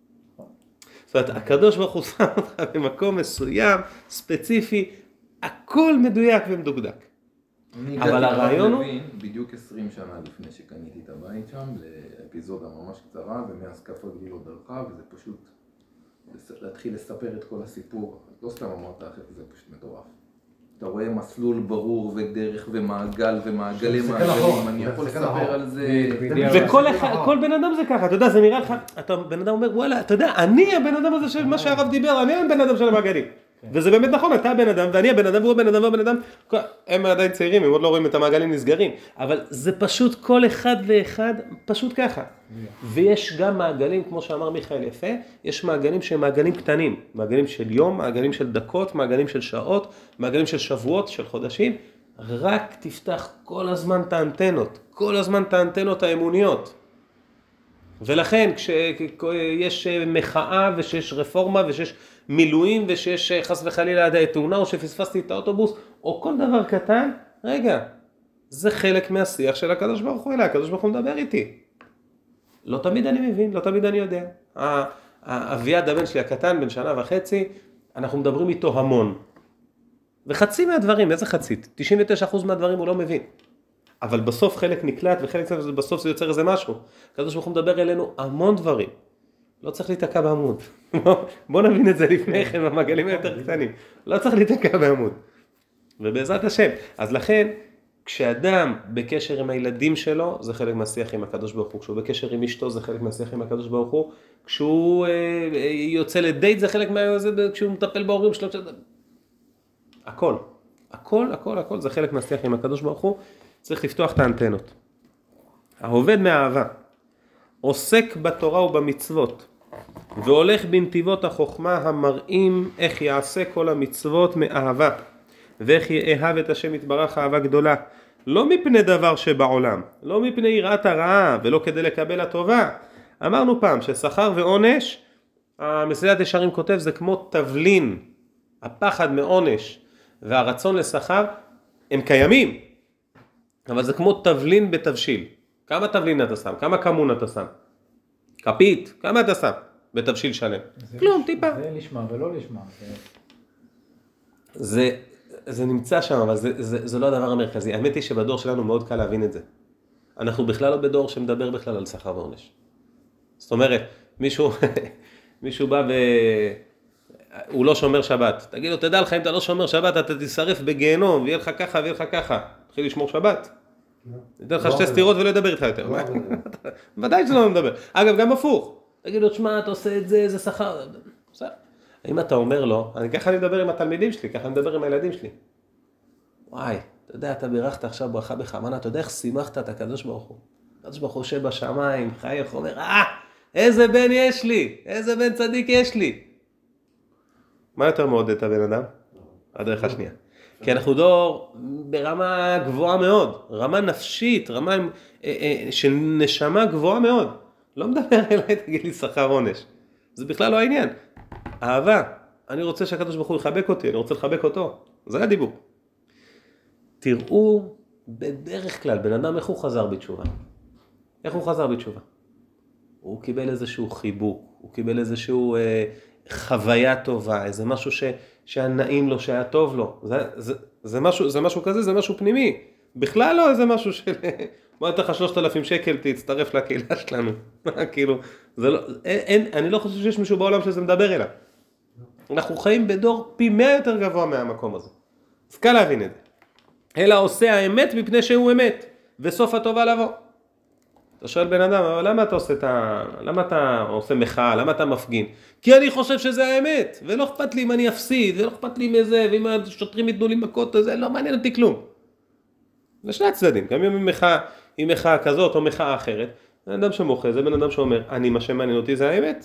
זאת אומרת, הקדוש ברוך הוא שם אותך במקום מסוים, ספציפי, הכל מדויק ומדוקדק. אבל הרעיון הוא... בדיוק 20 שנה לפני שקניתי את הבית שם, לאפיזודה ממש קצרה, ומאז כף רגלי לא דרכה, וזה פשוט להתחיל לספר את כל הסיפור. לא סתם אמרת אחרי, זה פשוט מטורף. אתה רואה מסלול ברור ודרך ומעגל ומעגלי מעגלים, אני יכול לספר על זה. וכל בן אדם זה ככה, אתה יודע, זה נראה לך, בן אדם אומר, וואלה, אתה יודע, אני הבן אדם הזה של מה שהרב דיבר, אני הבן אדם של המעגלים. וזה באמת נכון, אתה הבן אדם, ואני הבן אדם, והוא הבן אדם, והבן אדם, הם עדיין צעירים, הם עוד לא רואים את המעגלים נסגרים, אבל זה פשוט כל אחד ואחד, פשוט ככה. ויש גם מעגלים, כמו שאמר מיכאל יפה, יש מעגלים שהם מעגלים קטנים, מעגלים של יום, מעגלים של דקות, מעגלים של שעות, מעגלים של שבועות, של חודשים, רק תפתח כל הזמן את האנטנות, כל הזמן את האנטנות האמוניות. ולכן כשיש מחאה ושיש רפורמה ושיש מילואים ושיש חס וחלילה תאונה או שפספסתי את האוטובוס או כל דבר קטן, רגע, זה חלק מהשיח של הקדוש ברוך הוא אליי, הקדוש ברוך הוא מדבר איתי. לא תמיד אני מבין, לא תמיד אני יודע. אביעד הבן שלי הקטן, בן 1.5 שנה, אנחנו מדברים איתו המון. וחצי מהדברים, איזה חצי? 99% מהדברים הוא לא מבין. אבל בסוף חלק נקלט וחלק בסוף זה יוצר איזה משהו. הקדוש ברוך הוא מדבר אלינו המון דברים. לא צריך להתעקע בעמוד. בוא נבין את זה לפני כן, במעגלים היותר קטנים. לא צריך להתעקע בעמוד. ובעזרת השם. אז לכן, כשאדם בקשר עם הילדים שלו, זה חלק מהשיח עם הקדוש ברוך הוא. כשהוא בקשר עם אשתו, זה חלק מהשיח עם הקדוש ברוך הוא. כשהוא יוצא לדייט, זה חלק כשהוא מטפל בהורים שלו. הכל. הכל, זה חלק מהשיח עם הקדוש ברוך הוא. צריך לפתוח את האנטנות. העובד מהאהבה, עוסק בתורה ובמצוות, והולך בנתיבות החוכמה המראים איך יעשה כל המצוות מאהבה, ואיך יאהב את השם יתברך אהבה גדולה, לא מפני דבר שבעולם, לא מפני יראת הרעה, ולא כדי לקבל הטובה. אמרנו פעם ששכר ועונש, המסילת ישרים כותב, זה כמו תבלין, הפחד מעונש והרצון לשכר, הם קיימים, אבל זה כמו תבלין בתבשיל. כמה תבלין אתה שם? כמה כמון אתה שם? כפית, כמה אתה שם? בתבשיל שלם. כלום, טיפה. זה לשמה ולא לשמה. זה נמצא שם, אבל זה לא הדבר המרכזי. האמת היא שבדור שלנו מאוד קל להבין את זה. אנחנו בכלל לא בדור שמדבר בכלל על שכר ועונש. זאת אומרת, מישהו בא הוא לא שומר שבת. תגיד לו, תדע לך, אם אתה לא שומר שבת, אתה תשרף בגיהנום, ויהיה לך ככה, ויהיה לך ככה. תתחיל לשמור שבת. תדע לך שתי סתירות ולא ידבר איתך יותר. ודאי שלא מדבר. אגב, גם הפוך. תגיד לו, תשמע, אתה עושה את זה, זה שכר. אם אתה אומר לו, ככה אני מדבר עם התלמידים שלי, ככה אני מדבר עם הילדים שלי. וואי, אתה יודע, אתה בירכת עכשיו ברכה בכוונה, אתה יודע איך שימחת את הקדוש ברוך הוא. הקדוש ברוך הוא שבשמיים, חייך, אומר, איזה בן יש לי, איזה בן צדיק יש לי. מה יותר מעודד את הבן אדם? הדרך השנייה. כי אנחנו דור ברמה גבוהה מאוד, רמה נפשית, רמה של נשמה גבוהה מאוד. לא מדבר אליי, תגיד לי שכר עונש. זה בכלל לא העניין. אהבה, אני רוצה שהקדוש ברוך הוא יחבק אותי, אני רוצה לחבק אותו. זה הדיבור. תראו בדרך כלל, בן אדם איך הוא חזר בתשובה. איך הוא חזר בתשובה? הוא קיבל איזשהו חיבוק, הוא קיבל איזשהו חוויה טובה, איזה משהו שהיה נעים לו, שהיה טוב לו. זה משהו כזה, זה משהו פנימי. בכלל לא איזה משהו של... בוא נתן לך 3,000 שקל, תצטרף לקהילה שלנו. כאילו, זה לא... אני לא חושב שיש מישהו בעולם שזה מדבר אליו. אנחנו חיים בדור פי 100 יותר גבוה מהמקום הזה. אז קל להבין את זה. אלא עושה האמת מפני שהוא אמת, וסוף הטובה לבוא. אתה שואל בן אדם, אבל למה אתה עושה מחאה, למה אתה מפגין? כי אני חושב שזה האמת, ולא אכפת לי אם אני אפסיד, ולא אכפת לי מזה, ואם השוטרים יתנו לי מכות, זה לא מעניין אותי כלום. לשני הצדדים, גם אם היא מחאה כזאת או מחאה אחרת, בן אדם שמוחה, זה בן אדם שאומר, מה שמעניין אותי זה האמת.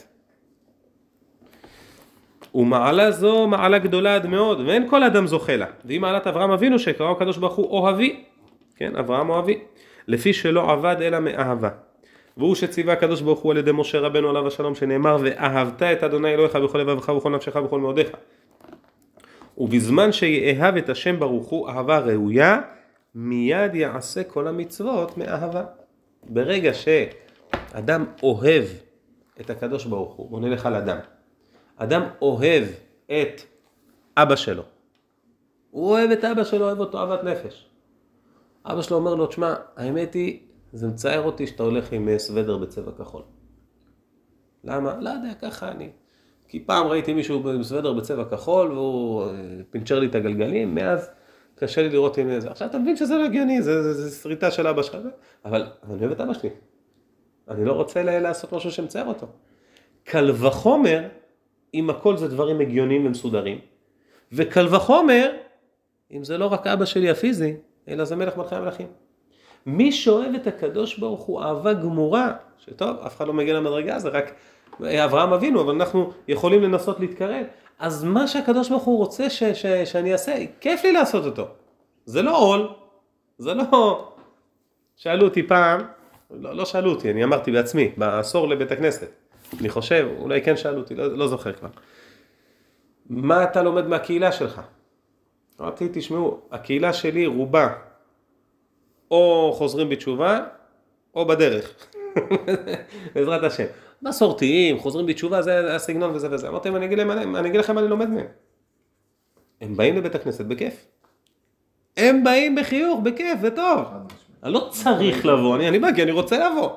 ומעלה זו מעלה גדולה עד מאוד, ואין כל אדם זוכה לה. והיא מעלת אברהם אבינו שקראו הקדוש ברוך הוא אוהבי, כן, אברהם אוהבי, לפי שלא עבד אלא מאהבה. והוא שציווה הקדוש ברוך הוא על ידי משה רבנו עליו השלום, שנאמר, ואהבת את אדוני אלוהיך בכל לבבך ובכל נפשך ובכל מאודיך. ובזמן שיאהב את השם ברוך הוא אהבה ראויה, מיד יעשה כל המצוות מאהבה. ברגע שאדם אוהב את הקדוש ברוך הוא, בוא נלך על אדם. אדם אוהב את אבא שלו. הוא אוהב את אבא שלו, אוהב אותו אהבת נפש. אבא שלו אומר לו, תשמע, האמת היא, זה מצער אותי שאתה הולך עם סוודר בצבע כחול. למה? לא יודע, ככה אני. כי פעם ראיתי מישהו עם סוודר בצבע כחול, והוא פינצ'ר לי את הגלגלים, מאז קשה לי לראות עם זה. עכשיו אתה מבין שזה לא הגיוני, זה שריטה של אבא שלך. אבל אני אוהב את אבא שלי. אני לא רוצה לעשות משהו שמצער אותו. קל וחומר, אם הכל זה דברים הגיוניים ומסודרים, וקל וחומר, אם זה לא רק אבא שלי הפיזי, אלא זה מלך מלכי המלכים. מי שאוהב את הקדוש ברוך הוא אהבה גמורה, שטוב, אף אחד לא מגיע למדרגה, זה רק אברהם אבינו, אבל אנחנו יכולים לנסות להתקרב. אז מה שהקדוש ברוך הוא רוצה שאני אעשה, כיף לי לעשות אותו. זה לא עול, זה לא... שאלו אותי פעם, לא שאלו אותי, אני אמרתי בעצמי, בעשור לבית הכנסת. אני חושב, אולי כן שאלו אותי, לא זוכר כבר. מה אתה לומד מהקהילה שלך? אמרתי, תשמעו, הקהילה שלי רובה או חוזרים בתשובה, או בדרך. בעזרת השם. מסורתיים, חוזרים בתשובה, זה הסגנון וזה וזה. אמרתי, אני אגיד לכם מה אני לומד מהם. הם באים לבית הכנסת בכיף. הם באים בחיוך, בכיף, וטוב. אני לא צריך לבוא, אני בא כי אני רוצה לבוא.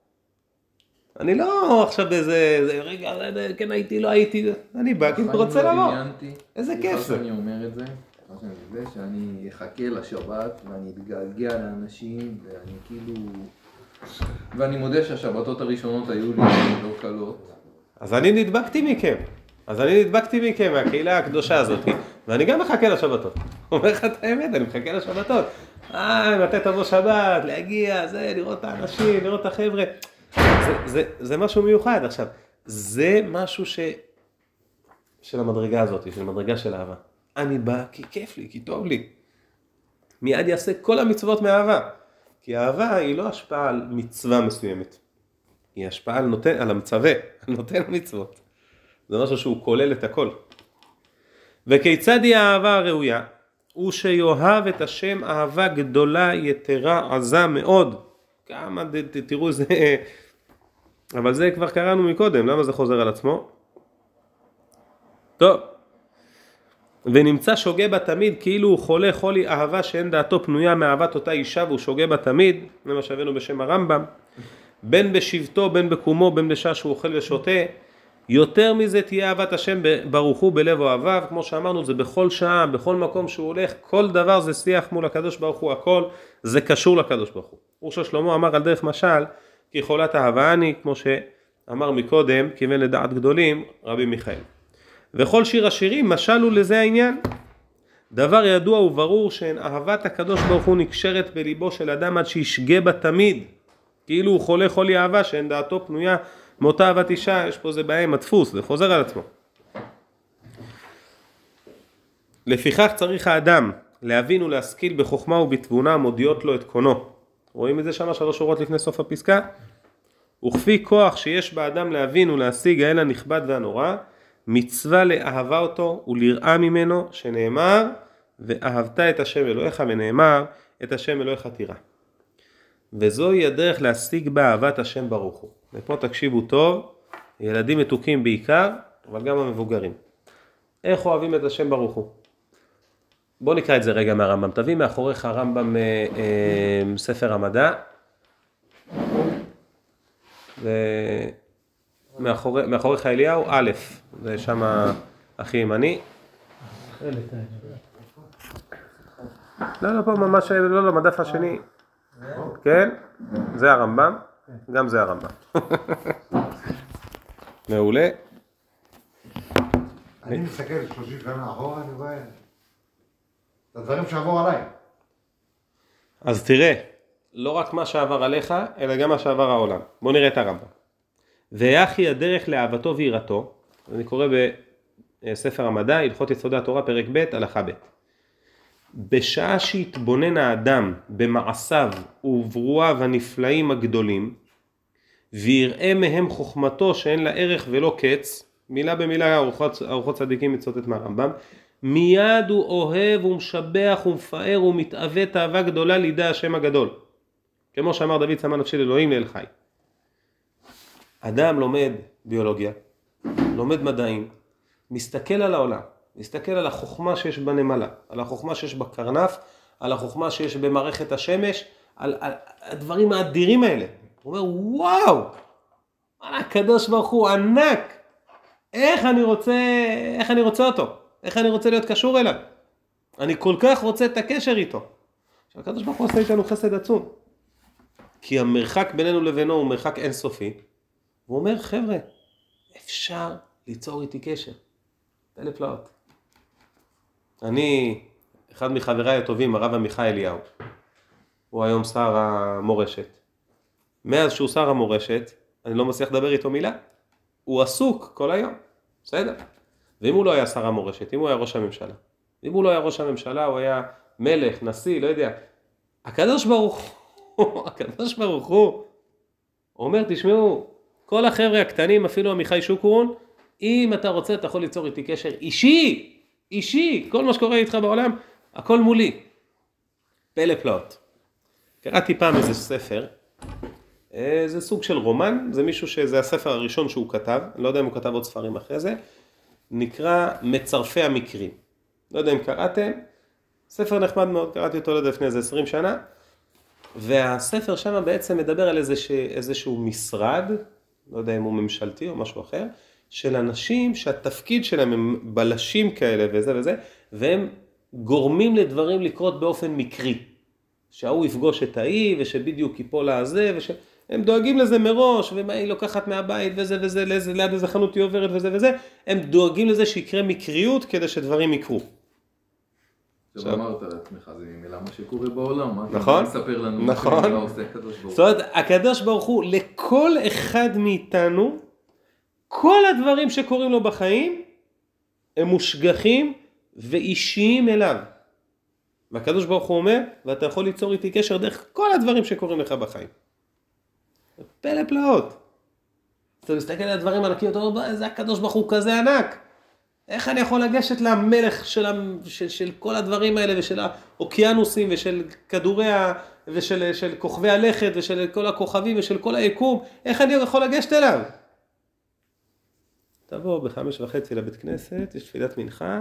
אני לא עכשיו באיזה, רגע, כן הייתי, לא הייתי, אני בא כי אני רוצה לבוא. איזה כיף זה. אני אומר את זה, מה שאני יודע, שאני אחכה לשבת ואני אתגעגע לאנשים ואני כאילו... ואני מודה שהשבתות הראשונות היו לי לא קלות. אז אני נדבקתי מכם מהקהילה הקדושה הזאת, ואני גם מחכה לשבתות. אומר לך את האמת, אני מחכה לשבתות. מתי תבוא שבת, להגיע, לראות את האנשים, לראות את החבר'ה. זה משהו מיוחד. עכשיו, זה משהו של המדרגה הזאת, של המדרגה של אהבה. אני בא כי כיף לי, כי טוב לי. מיד יעשה כל המצוות מאהבה. כי האהבה היא לא השפעה על מצווה מסוימת. היא השפעה על המצווה, נותן מצוות. זה משהו שהוא כולל את הכל. וכיצד היא האהבה הראויה? הוא שיאהב את השם אהבה גדולה, יתרה, עזה מאוד. כמה, תראו זה... אבל זה כבר קראנו מקודם, למה זה חוזר על עצמו? טוב. ונמצא שוגה בה תמיד, כאילו הוא חולה חולי אהבה שאין דעתו פנויה מאהבת אותה אישה, והוא שוגה בה תמיד, זה מה שהבאנו בשם הרמב"ם. בין בשבתו, בין בקומו, בין בשעה שהוא אוכל ושותה. יותר מזה תהיה אהבת השם ברוך הוא בלב אוהביו, כמו שאמרנו, זה בכל שעה, בכל מקום שהוא הולך, כל דבר זה שיח מול הקדוש ברוך הוא, הכל זה קשור לקדוש ברוך הוא. אורשה שלמה אמר על דרך משל, כי חולת אהבה אני, כמו שאמר מקודם, כיוון לדעת גדולים, רבי מיכאל. וכל שיר השירים משל הוא לזה העניין. דבר ידוע וברור שאין אהבת הקדוש ברוך הוא נקשרת בליבו של אדם עד שישגה בה תמיד, כאילו הוא חולה חולי אהבה שאין דעתו פנויה מאותה אהבת אישה. יש פה זה בעיה עם הדפוס, זה חוזר על עצמו. לפיכך צריך האדם להבין ולהשכיל בחוכמה ובתבונה המודיעות לו את קונו. רואים את זה שם 3 שורות לפני סוף הפסקה? וכפי כוח שיש באדם להבין ולהשיג האל הנכבד והנורא, מצווה לאהבה אותו ולראה ממנו, שנאמר ואהבת את השם אלוהיך, ונאמר את השם אלוהיך תירא. וזוהי הדרך להשיג באהבת השם ברוך הוא. ופה תקשיבו טוב, ילדים מתוקים בעיקר, אבל גם המבוגרים. איך אוהבים את השם ברוך הוא? בוא נקרא את זה רגע מהרמב"ם. תביא מאחוריך הרמב"ם ספר המדע. מאחוריך אליהו, א', זה שם הכי ימני. לא, פה ממש, לא, מדף השני. כן, זה הרמב"ם, גם זה הרמב"ם. מעולה. אני מסתכל 30 שנה אחורה, אני רואה את הדברים שעבור עליי. אז תראה, לא רק מה שעבר עליך, אלא גם מה שעבר העולם. בוא נראה את הרמב"ם. ויחי הדרך לאהבתו ויראתו, אני קורא בספר המדע, הלכות יסודי התורה, פרק ב', הלכה ב'. בשעה שהתבונן האדם במעשיו וברואיו הנפלאים הגדולים, ויראה מהם חוכמתו שאין לה ערך ולא קץ, מילה במילה ארוחות צדיקים מצוטט מהרמב"ם, מיד הוא אוהב ומשבח ומפאר ומתאווה אהבה גדולה לידי השם הגדול. כמו שאמר דוד צמא נפשי לאלוהים לאל חי. אדם לומד ביולוגיה, לומד מדעים, מסתכל על העולם, מסתכל על החוכמה שיש בנמלה, על החוכמה שיש בקרנף, על החוכמה שיש במערכת השמש, על הדברים האדירים האלה. הוא אומר, וואו, הקדוש ברוך הוא ענק, איך אני רוצה אותו, איך אני רוצה להיות קשור אליו, אני כל כך רוצה את הקשר איתו. הקדוש ברוך הוא עושה איתנו חסד עצום, כי המרחק בינינו לבינו הוא מרחק אינסופי, והוא אומר, חבר'ה, אפשר ליצור איתי קשר. פלא פלאות. אני, אחד מחבריי הטובים, הרב עמיחי אליהו, הוא היום שר המורשת. מאז שהוא שר המורשת, אני לא מצליח לדבר איתו מילה. הוא עסוק כל היום, בסדר? ואם הוא לא היה שר המורשת, אם הוא היה ראש הממשלה, אם הוא לא היה ראש הממשלה, הוא היה מלך, נשיא, לא יודע. הקדוש ברוך הוא, אומר, תשמעו, כל החבר'ה הקטנים, אפילו עמיחי שוקרון, אם אתה רוצה, אתה יכול ליצור איתי קשר אישי, כל מה שקורה איתך בעולם, הכל מולי. פלא פלאות. קראתי פעם איזה ספר, זה סוג של רומן, זה מישהו שזה הספר הראשון שהוא כתב, אני לא יודע אם הוא כתב עוד ספרים אחרי זה, נקרא מצרפי המקרים. לא יודע אם קראתם, ספר נחמד מאוד, קראתי אותו לפני איזה 20 שנה, והספר שם בעצם מדבר על איזשהו משרד, לא יודע אם הוא ממשלתי או משהו אחר, של אנשים שהתפקיד שלהם הם בלשים כאלה וזה וזה, והם גורמים לדברים לקרות באופן מקרי. שההוא יפגוש את ההיא, ושבדיוק ייפול הזה, הם דואגים לזה מראש, ומה היא לוקחת מהבית, וזה וזה, ליד איזה חנות היא עוברת וזה וזה, הם דואגים לזה שיקרה מקריות כדי שדברים יקרו. עכשיו אמרת לעצמך, זה ממילא מה שקורה בעולם, מה נכון? אתה מספר לנו נכון. מה עושה הקדוש ברוך הוא. זאת אומרת, הקדוש ברוך הוא, לכל אחד מאיתנו, כל הדברים שקורים לו בחיים, הם מושגחים ואישיים אליו. והקדוש ברוך הוא אומר, ואתה יכול ליצור איתי קשר דרך כל הדברים שקורים לך בחיים. פלא פלאות. אתה מסתכל על הדברים ענקים, אתה אומר, איזה הקדוש ברוך הוא כזה ענק. איך אני יכול לגשת למלך של כל הדברים האלה, ושל האוקיינוסים, ושל כדורי, ושל כוכבי הלכת, ושל כל הכוכבים, ושל כל היקום, איך אני יכול לגשת אליו? תבוא ב5:30 לבית כנסת, יש תפילת מנחה.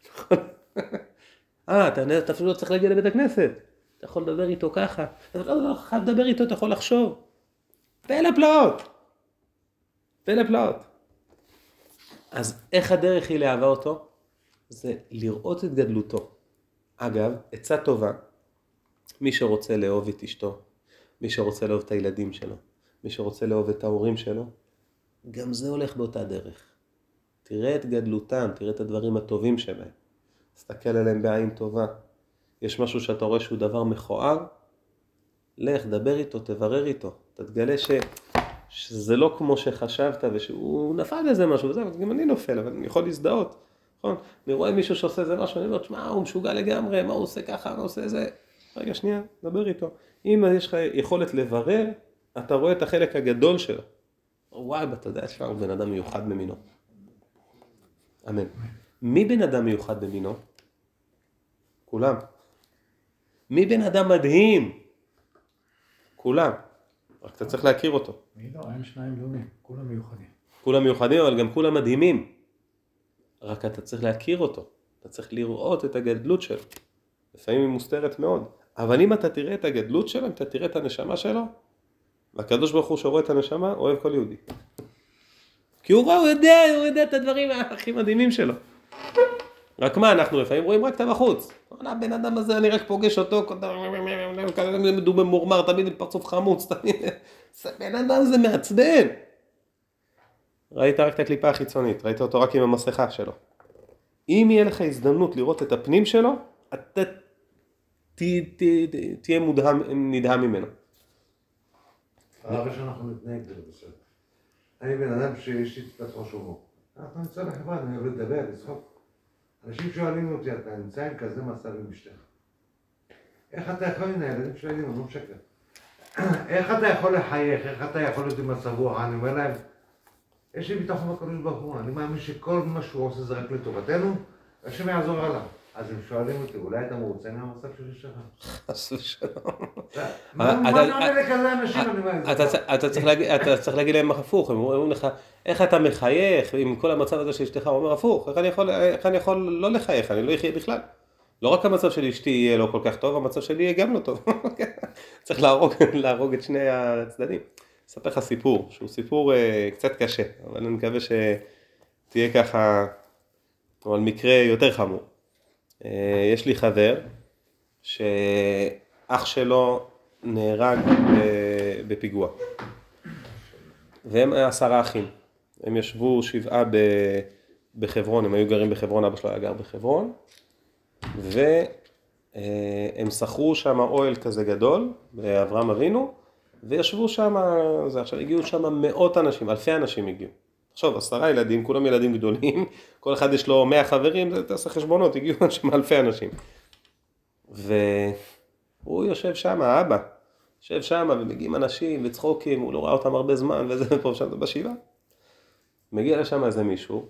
אתה אפילו לא צריך להגיע לבית הכנסת. אתה יכול לדבר איתו ככה. אתה לא חייב לדבר איתו, אתה יכול לחשוב. פלא פלאות. פלא פלאות. אז איך הדרך היא לאהבה אותו? זה לראות את גדלותו. אגב, עצה טובה, מי שרוצה לאהוב את אשתו, מי שרוצה לאהוב את הילדים שלו, מי שרוצה לאהוב את ההורים שלו, גם זה הולך באותה דרך. תראה את גדלותם, תראה את הדברים הטובים שלהם. תסתכל עליהם בעין טובה. יש משהו שאתה רואה שהוא דבר מכוער, לך, דבר איתו, תברר איתו. אתה תגלה שזה לא כמו שחשבת, ושהוא נפל בזה משהו, וזה, גם אני נופל, אבל אני יכול להזדהות. נכון? אני רואה מישהו שעושה איזה משהו, אני אומר, שמע, הוא משוגע לגמרי, מה הוא עושה ככה, מה הוא עושה זה. רגע, שנייה, דבר איתו. אם יש לך יכולת לברר, אתה רואה את החלק הגדול שלו. וואי, אתה יודע, שמע, הוא בן אדם מיוחד במינו. אמן. מי בן אדם מיוחד במינו? כולם. מי בן אדם מדהים? כולם. רק אתה צריך להכיר אותו. מי לא? הם שניים דומים, כולם מיוחדים. כולם מיוחדים, אבל גם כולם מדהימים. רק אתה צריך להכיר אותו. אתה צריך לראות את הגדלות שלו. לפעמים היא מוסתרת מאוד. אבל אם אתה תראה את הגדלות שלו, אם אתה תראה את הנשמה שלו, והקדוש ברוך הוא שרואה את הנשמה, אוהב כל יהודי. כי הוא יודע את הדברים הכי מדהימים שלו. רק מה, אנחנו לפעמים רואים רק את הבחוץ. הבן אדם הזה, אני רק פוגש אותו, מדובר מורמר, תמיד עם פרצוף חמוץ, תמיד. בן אדם זה מעצבן. ראית רק את הקליפה החיצונית, ראית אותו רק עם המסכה שלו. אם יהיה לך הזדמנות לראות את הפנים שלו, אתה תהיה נדהם ממנו. הרבה שאנחנו נתנהג זה בסדר. אני בן אדם שיש לי קצת ראש הומור. אנחנו נמצא לחברה, אני אוהב לדבר, לצחוק. אנשים שואלים אותי, אתה נמצא עם כזה מצב עם אשתך. איך אתה יכול לנהל? הילדים של הילדים, אני לא משקר. איך אתה יכול לחייך? איך אתה יכול להיות עם מצב רוח? אני אומר להם, יש לי ביטחון בקדוש ברוך הוא, אני מאמין שכל מה שהוא עושה זה רק לטובתנו, והשם יעזור עליו. אז הם שואלים אותי, אולי אתה מרוצה מהמצב של אשתך? חס ושלום. מה נענה לכזה אנשים? אתה צריך להגיד להם הפוך, הם אומרים לך, איך אתה מחייך עם כל המצב הזה של אשתך? הוא אומר הפוך, איך אני יכול לא לחייך, אני לא אחיה בכלל. לא רק המצב של אשתי יהיה לא כל כך טוב, המצב שלי יהיה גם לא טוב. צריך להרוג את שני הצדדים. אספר לך סיפור, שהוא סיפור קצת קשה, אבל אני מקווה שתהיה ככה, אבל מקרה יותר חמור. יש לי חבר שאח שלו נהרג בפיגוע. והם 10 אחים. הם ישבו 7 בחברון, הם היו גרים בחברון, אבא שלו היה גר בחברון. והם שכרו שם אוהל כזה גדול, באברהם אבינו, וישבו שם, עכשיו הגיעו שם מאות אנשים, אלפי אנשים הגיעו. עכשיו 10 ילדים, כולם ילדים גדולים, כל אחד יש לו 100 חברים, זה תעשה חשבונות, הגיעו שם אלפי אנשים. והוא יושב שם, האבא, יושב שם ומגיעים אנשים וצחוקים, הוא לא ראה אותם הרבה זמן, וזה פה שם בשבעה. מגיע לשם איזה מישהו,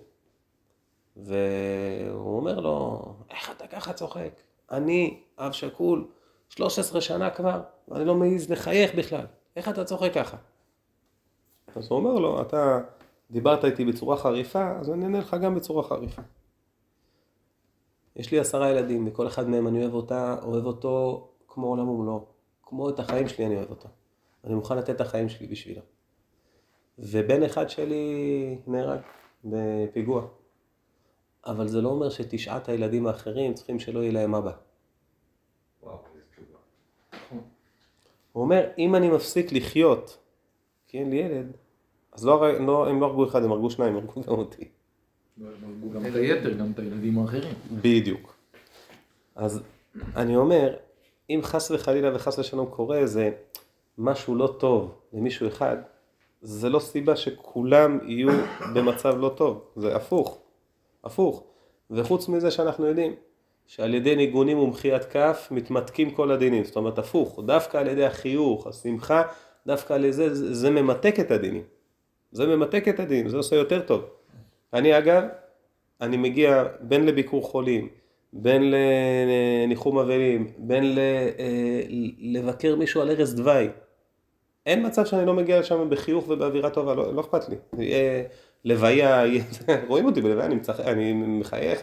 והוא אומר לו, איך אתה ככה צוחק? אני אב שכול, 13 שנה כבר, ואני לא מעז לחייך בכלל. איך אתה צוחק ככה? אז הוא אומר לו, אתה דיברת איתי בצורה חריפה, אז אני אענה לך גם בצורה חריפה. יש לי 10 ילדים, וכל אחד מהם אני אוהב אותו כמו עולם ומלואו. כמו את החיים שלי אני אוהב אותו. אני מוכן לתת את החיים שלי בשבילו. ובן אחד שלי נהרג בפיגוע. אבל זה לא אומר שתשעת הילדים האחרים צריכים שלא יהיה להם אבא. וואו, איזה תשובה. הוא אומר, אם אני מפסיק לחיות, כי אין לי ילד, אז הם לא הרגו אחד, הם הרגו שניים, הם הרגו גם אותי. גם את היתר, גם את הילדים האחרים. בדיוק. אז אני אומר, אם חס וחלילה וחס ושלום קורה, זה משהו לא טוב למישהו אחד, זה לא סיבה שכולם יהיו במצב לא טוב, זה הפוך, הפוך. וחוץ מזה שאנחנו יודעים, שעל ידי ניגונים ומחיית כף מתמתקים כל הדינים, זאת אומרת הפוך, דווקא על ידי החיוך, השמחה, דווקא על ידי זה ממתק את הדינים. זה ממתק את הדינים, זה עושה יותר טוב. אני אגב, אני מגיע בין לביקור חולים, בין לניחום אבלים, בין לבקר מישהו על ערש דווי. אין מצב שאני לא מגיע לשם בחיוך ובאווירה טובה, לא אכפת לי. לוויה, רואים אותי בלוויה, אני מחייך.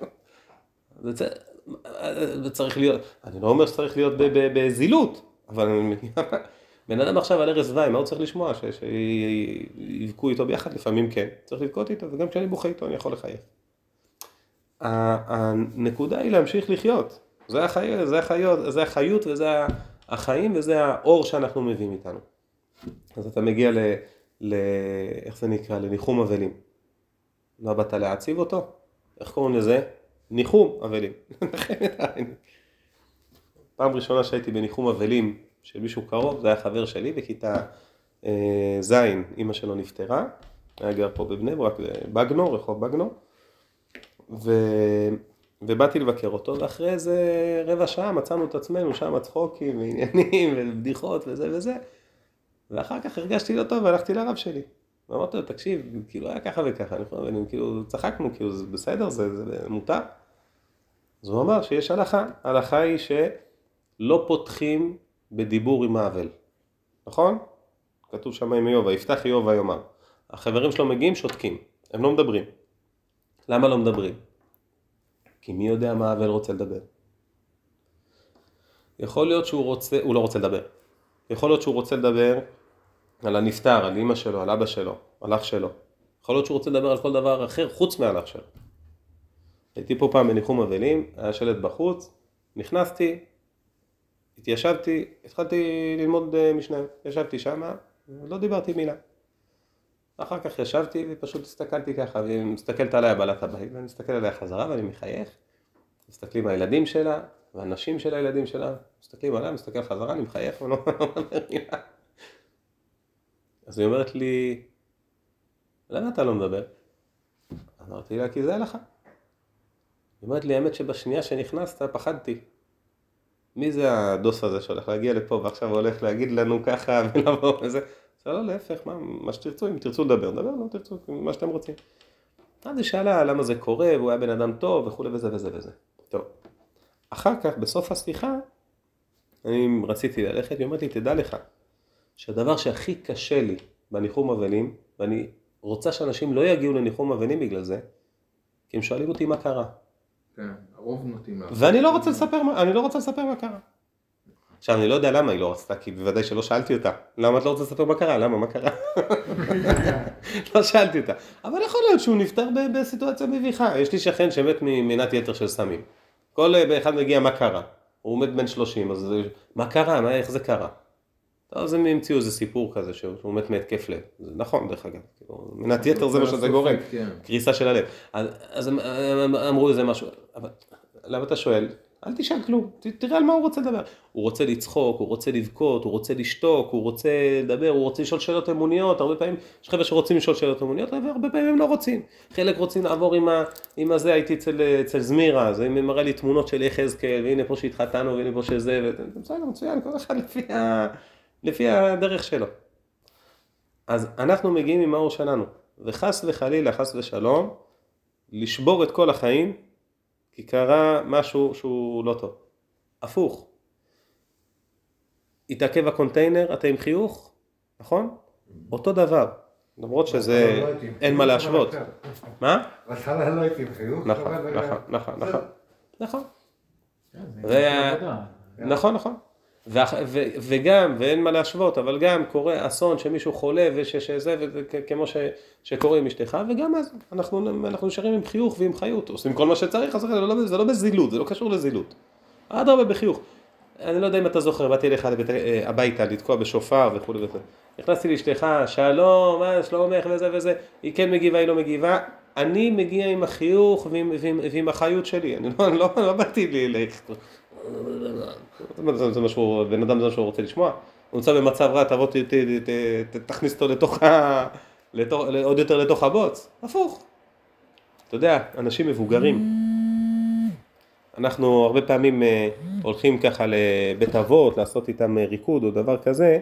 זה צריך להיות, אני לא אומר שצריך להיות בזילות, אבל בן אדם עכשיו על ערש דווי, מה הוא צריך לשמוע? שיבכו איתו ביחד, לפעמים כן, צריך לבכות איתו, וגם כשאני בוכה איתו אני יכול לחייך. הנקודה היא להמשיך לחיות, זה החיות וזה החיים וזה האור שאנחנו מביאים איתנו. אז אתה מגיע איך זה נקרא? לניחום אבלים. לא באת להציב אותו? איך קוראים לזה? ניחום אבלים. פעם ראשונה שהייתי בניחום אבלים של מישהו קרוב, זה היה חבר שלי בכיתה זין, אמא שלו נפטרה, היה גר פה בבני ברק, בגנו, רחוב בגנו, ובאתי לבקר אותו, ואחרי איזה רבע שעה מצאנו את עצמנו שם צחוקים ועניינים ובדיחות וזה וזה, ואחר כך הרגשתי לא טוב והלכתי לרב שלי. ואמרתי לו, תקשיב, כאילו היה ככה וככה, כאילו צחקנו, כאילו זה בסדר, זה מותר. אז הוא אמר שיש הלכה, ההלכה היא שלא פותחים בדיבור עם האבל, נכון? כתוב שם עם איוב, ויפתח איוב ויאמר. החברים שלו מגיעים, שותקים, הם לא מדברים. למה לא מדברים? כי מי יודע מה האבל רוצה לדבר. יכול להיות הוא לא רוצה לדבר. יכול להיות שהוא רוצה לדבר על הנפטר, על אמא שלו, על אבא שלו, על אח שלו. יכול להיות שהוא רוצה לדבר על כל דבר אחר חוץ מעל אח שלו. הייתי פה פעם בניחום אבלים, היה שלט בחוץ, נכנסתי, התיישבתי, התחלתי ללמוד משנה, ישבתי שם, לא דיברתי מילה. אחר כך ישבתי ופשוט הסתכלתי ככה, והיא מסתכלת עליי בעלת הבית, ואני מסתכל עליה חזרה ואני מחייך. מסתכלים הילדים שלה, והנשים של הילדים שלה, מסתכלים עליי, מסתכל חזרה, אני מחייך ולא אומר מילה. אז היא אומרת לי, למה אתה לא מדבר? אמרתי לה, כי זה הלכה. היא אומרת לי, האמת שבשנייה שנכנסת פחדתי. מי זה הדוס הזה שהולך להגיע לפה ועכשיו הוא הולך להגיד לנו ככה ולבוא וזה? זה לא להפך, מה שתרצו, אם תרצו לדבר, לא תרצו, מה שאתם רוצים. אז היא שאלה למה זה קורה, והוא היה בן אדם טוב וכו' וזה וזה וזה. טוב. אחר כך, בסוף השיחה, אני רציתי ללכת, היא אומרת לי, תדע לך, שהדבר שהכי קשה לי בניחום אבלים, ואני רוצה שאנשים לא יגיעו לניחום אבלים בגלל זה, כי הם שואלים אותי מה קרה. כן, הרוב נוטים לעשות. ואני לא רוצה לספר מה קרה. עכשיו, אני לא יודע למה היא לא רצתה, כי בוודאי שלא שאלתי אותה. למה את לא רוצה לספר מה קרה? למה? מה קרה? לא שאלתי אותה. אבל יכול להיות שהוא נפטר בסיטואציה מביכה. יש לי שכן שמת ממנת יתר של סמים. כל אחד מגיע מה קרה. הוא מת בן 30, אז מה קרה? איך זה קרה? אז הם המציאו איזה סיפור כזה, שהוא מת מהתקף לב. זה נכון, דרך אגב. מנת יתר זה מה שזה גורם. קריסה של הלב. אז הם אמרו איזה משהו. אבל למה אתה שואל? אל תשאל כלום, תראה על מה הוא רוצה לדבר. הוא רוצה לצחוק, הוא רוצה לבכות, הוא רוצה לשתוק, הוא רוצה לדבר, הוא רוצה לשאול שאלות אמוניות. הרבה פעמים יש חבר'ה שרוצים לשאול שאלות אמוניות, והרבה פעמים הם לא רוצים. חלק רוצים לעבור עם הזה, הייתי אצל זמירה, אז הם מראה לי תמונות של יחזקאל, והנה פה שהתחתנו, והנה פה שזה, בסדר, מצוין, כל אחד לפי הדרך שלו. אז אנחנו מגיעים עם האור שלנו, וחס וחלילה, חס ושלום, לשבור את כל החיים, כי קרה משהו שהוא לא טוב. הפוך. התעכב הקונטיינר, אתה עם חיוך, נכון? אותו דבר. למרות שזה אין מה להשוות. מה? בהתחלה לא הייתי עם חיוך. נכון. נכון. וגם, ואין מה להשוות, אבל גם קורה אסון שמישהו חולה ושזה, כמו שקורה עם אשתך, וגם אז אנחנו נשארים עם חיוך ועם חיות, עושים כל מה שצריך, אז זה לא בזילות, זה לא קשור לזילות. עד הרבה בחיוך. אני לא יודע אם אתה זוכר, באתי אליך הביתה לתקוע בשופר וכו' וכו'. נכנסתי לאשתך, שלום, מה שלומך וזה וזה, היא כן מגיבה, היא לא מגיבה, אני מגיע עם החיוך ועם החיות שלי, אני לא באתי לי, זה משהו, בן אדם זה משהו רוצה לשמוע, הוא נמצא במצב רע, תבוא תכניס אותו עוד יותר לתוך הבוץ, הפוך. אתה יודע, אנשים מבוגרים, אנחנו הרבה פעמים הולכים ככה לבית אבות, לעשות איתם ריקוד או דבר כזה,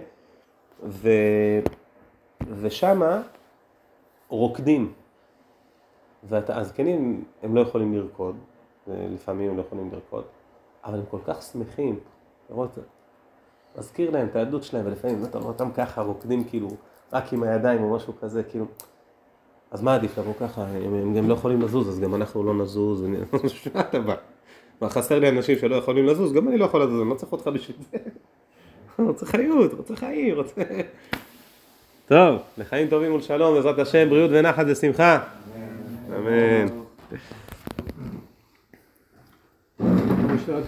ושמה רוקדים, והזקנים הם לא יכולים לרקוד, לפעמים הם לא יכולים לרקוד, אבל הם כל כך שמחים, לראות, מזכיר להם את העדות שלהם, ולפעמים אתה רואה אותם ככה רוקדים כאילו, רק עם הידיים או משהו כזה, כאילו, אז מה עדיף לבוא ככה, הם גם לא יכולים לזוז, אז גם אנחנו לא נזוז, מה אתה בא? מה חסר לי אנשים שלא יכולים לזוז, גם אני לא יכול לזוז, אני לא צריך אותך בשביל זה. רוצה חיות, רוצה חיים, רוצה... טוב, לחיים טובים ולשלום, בעזרת השם, בריאות ונחת ושמחה. אמן.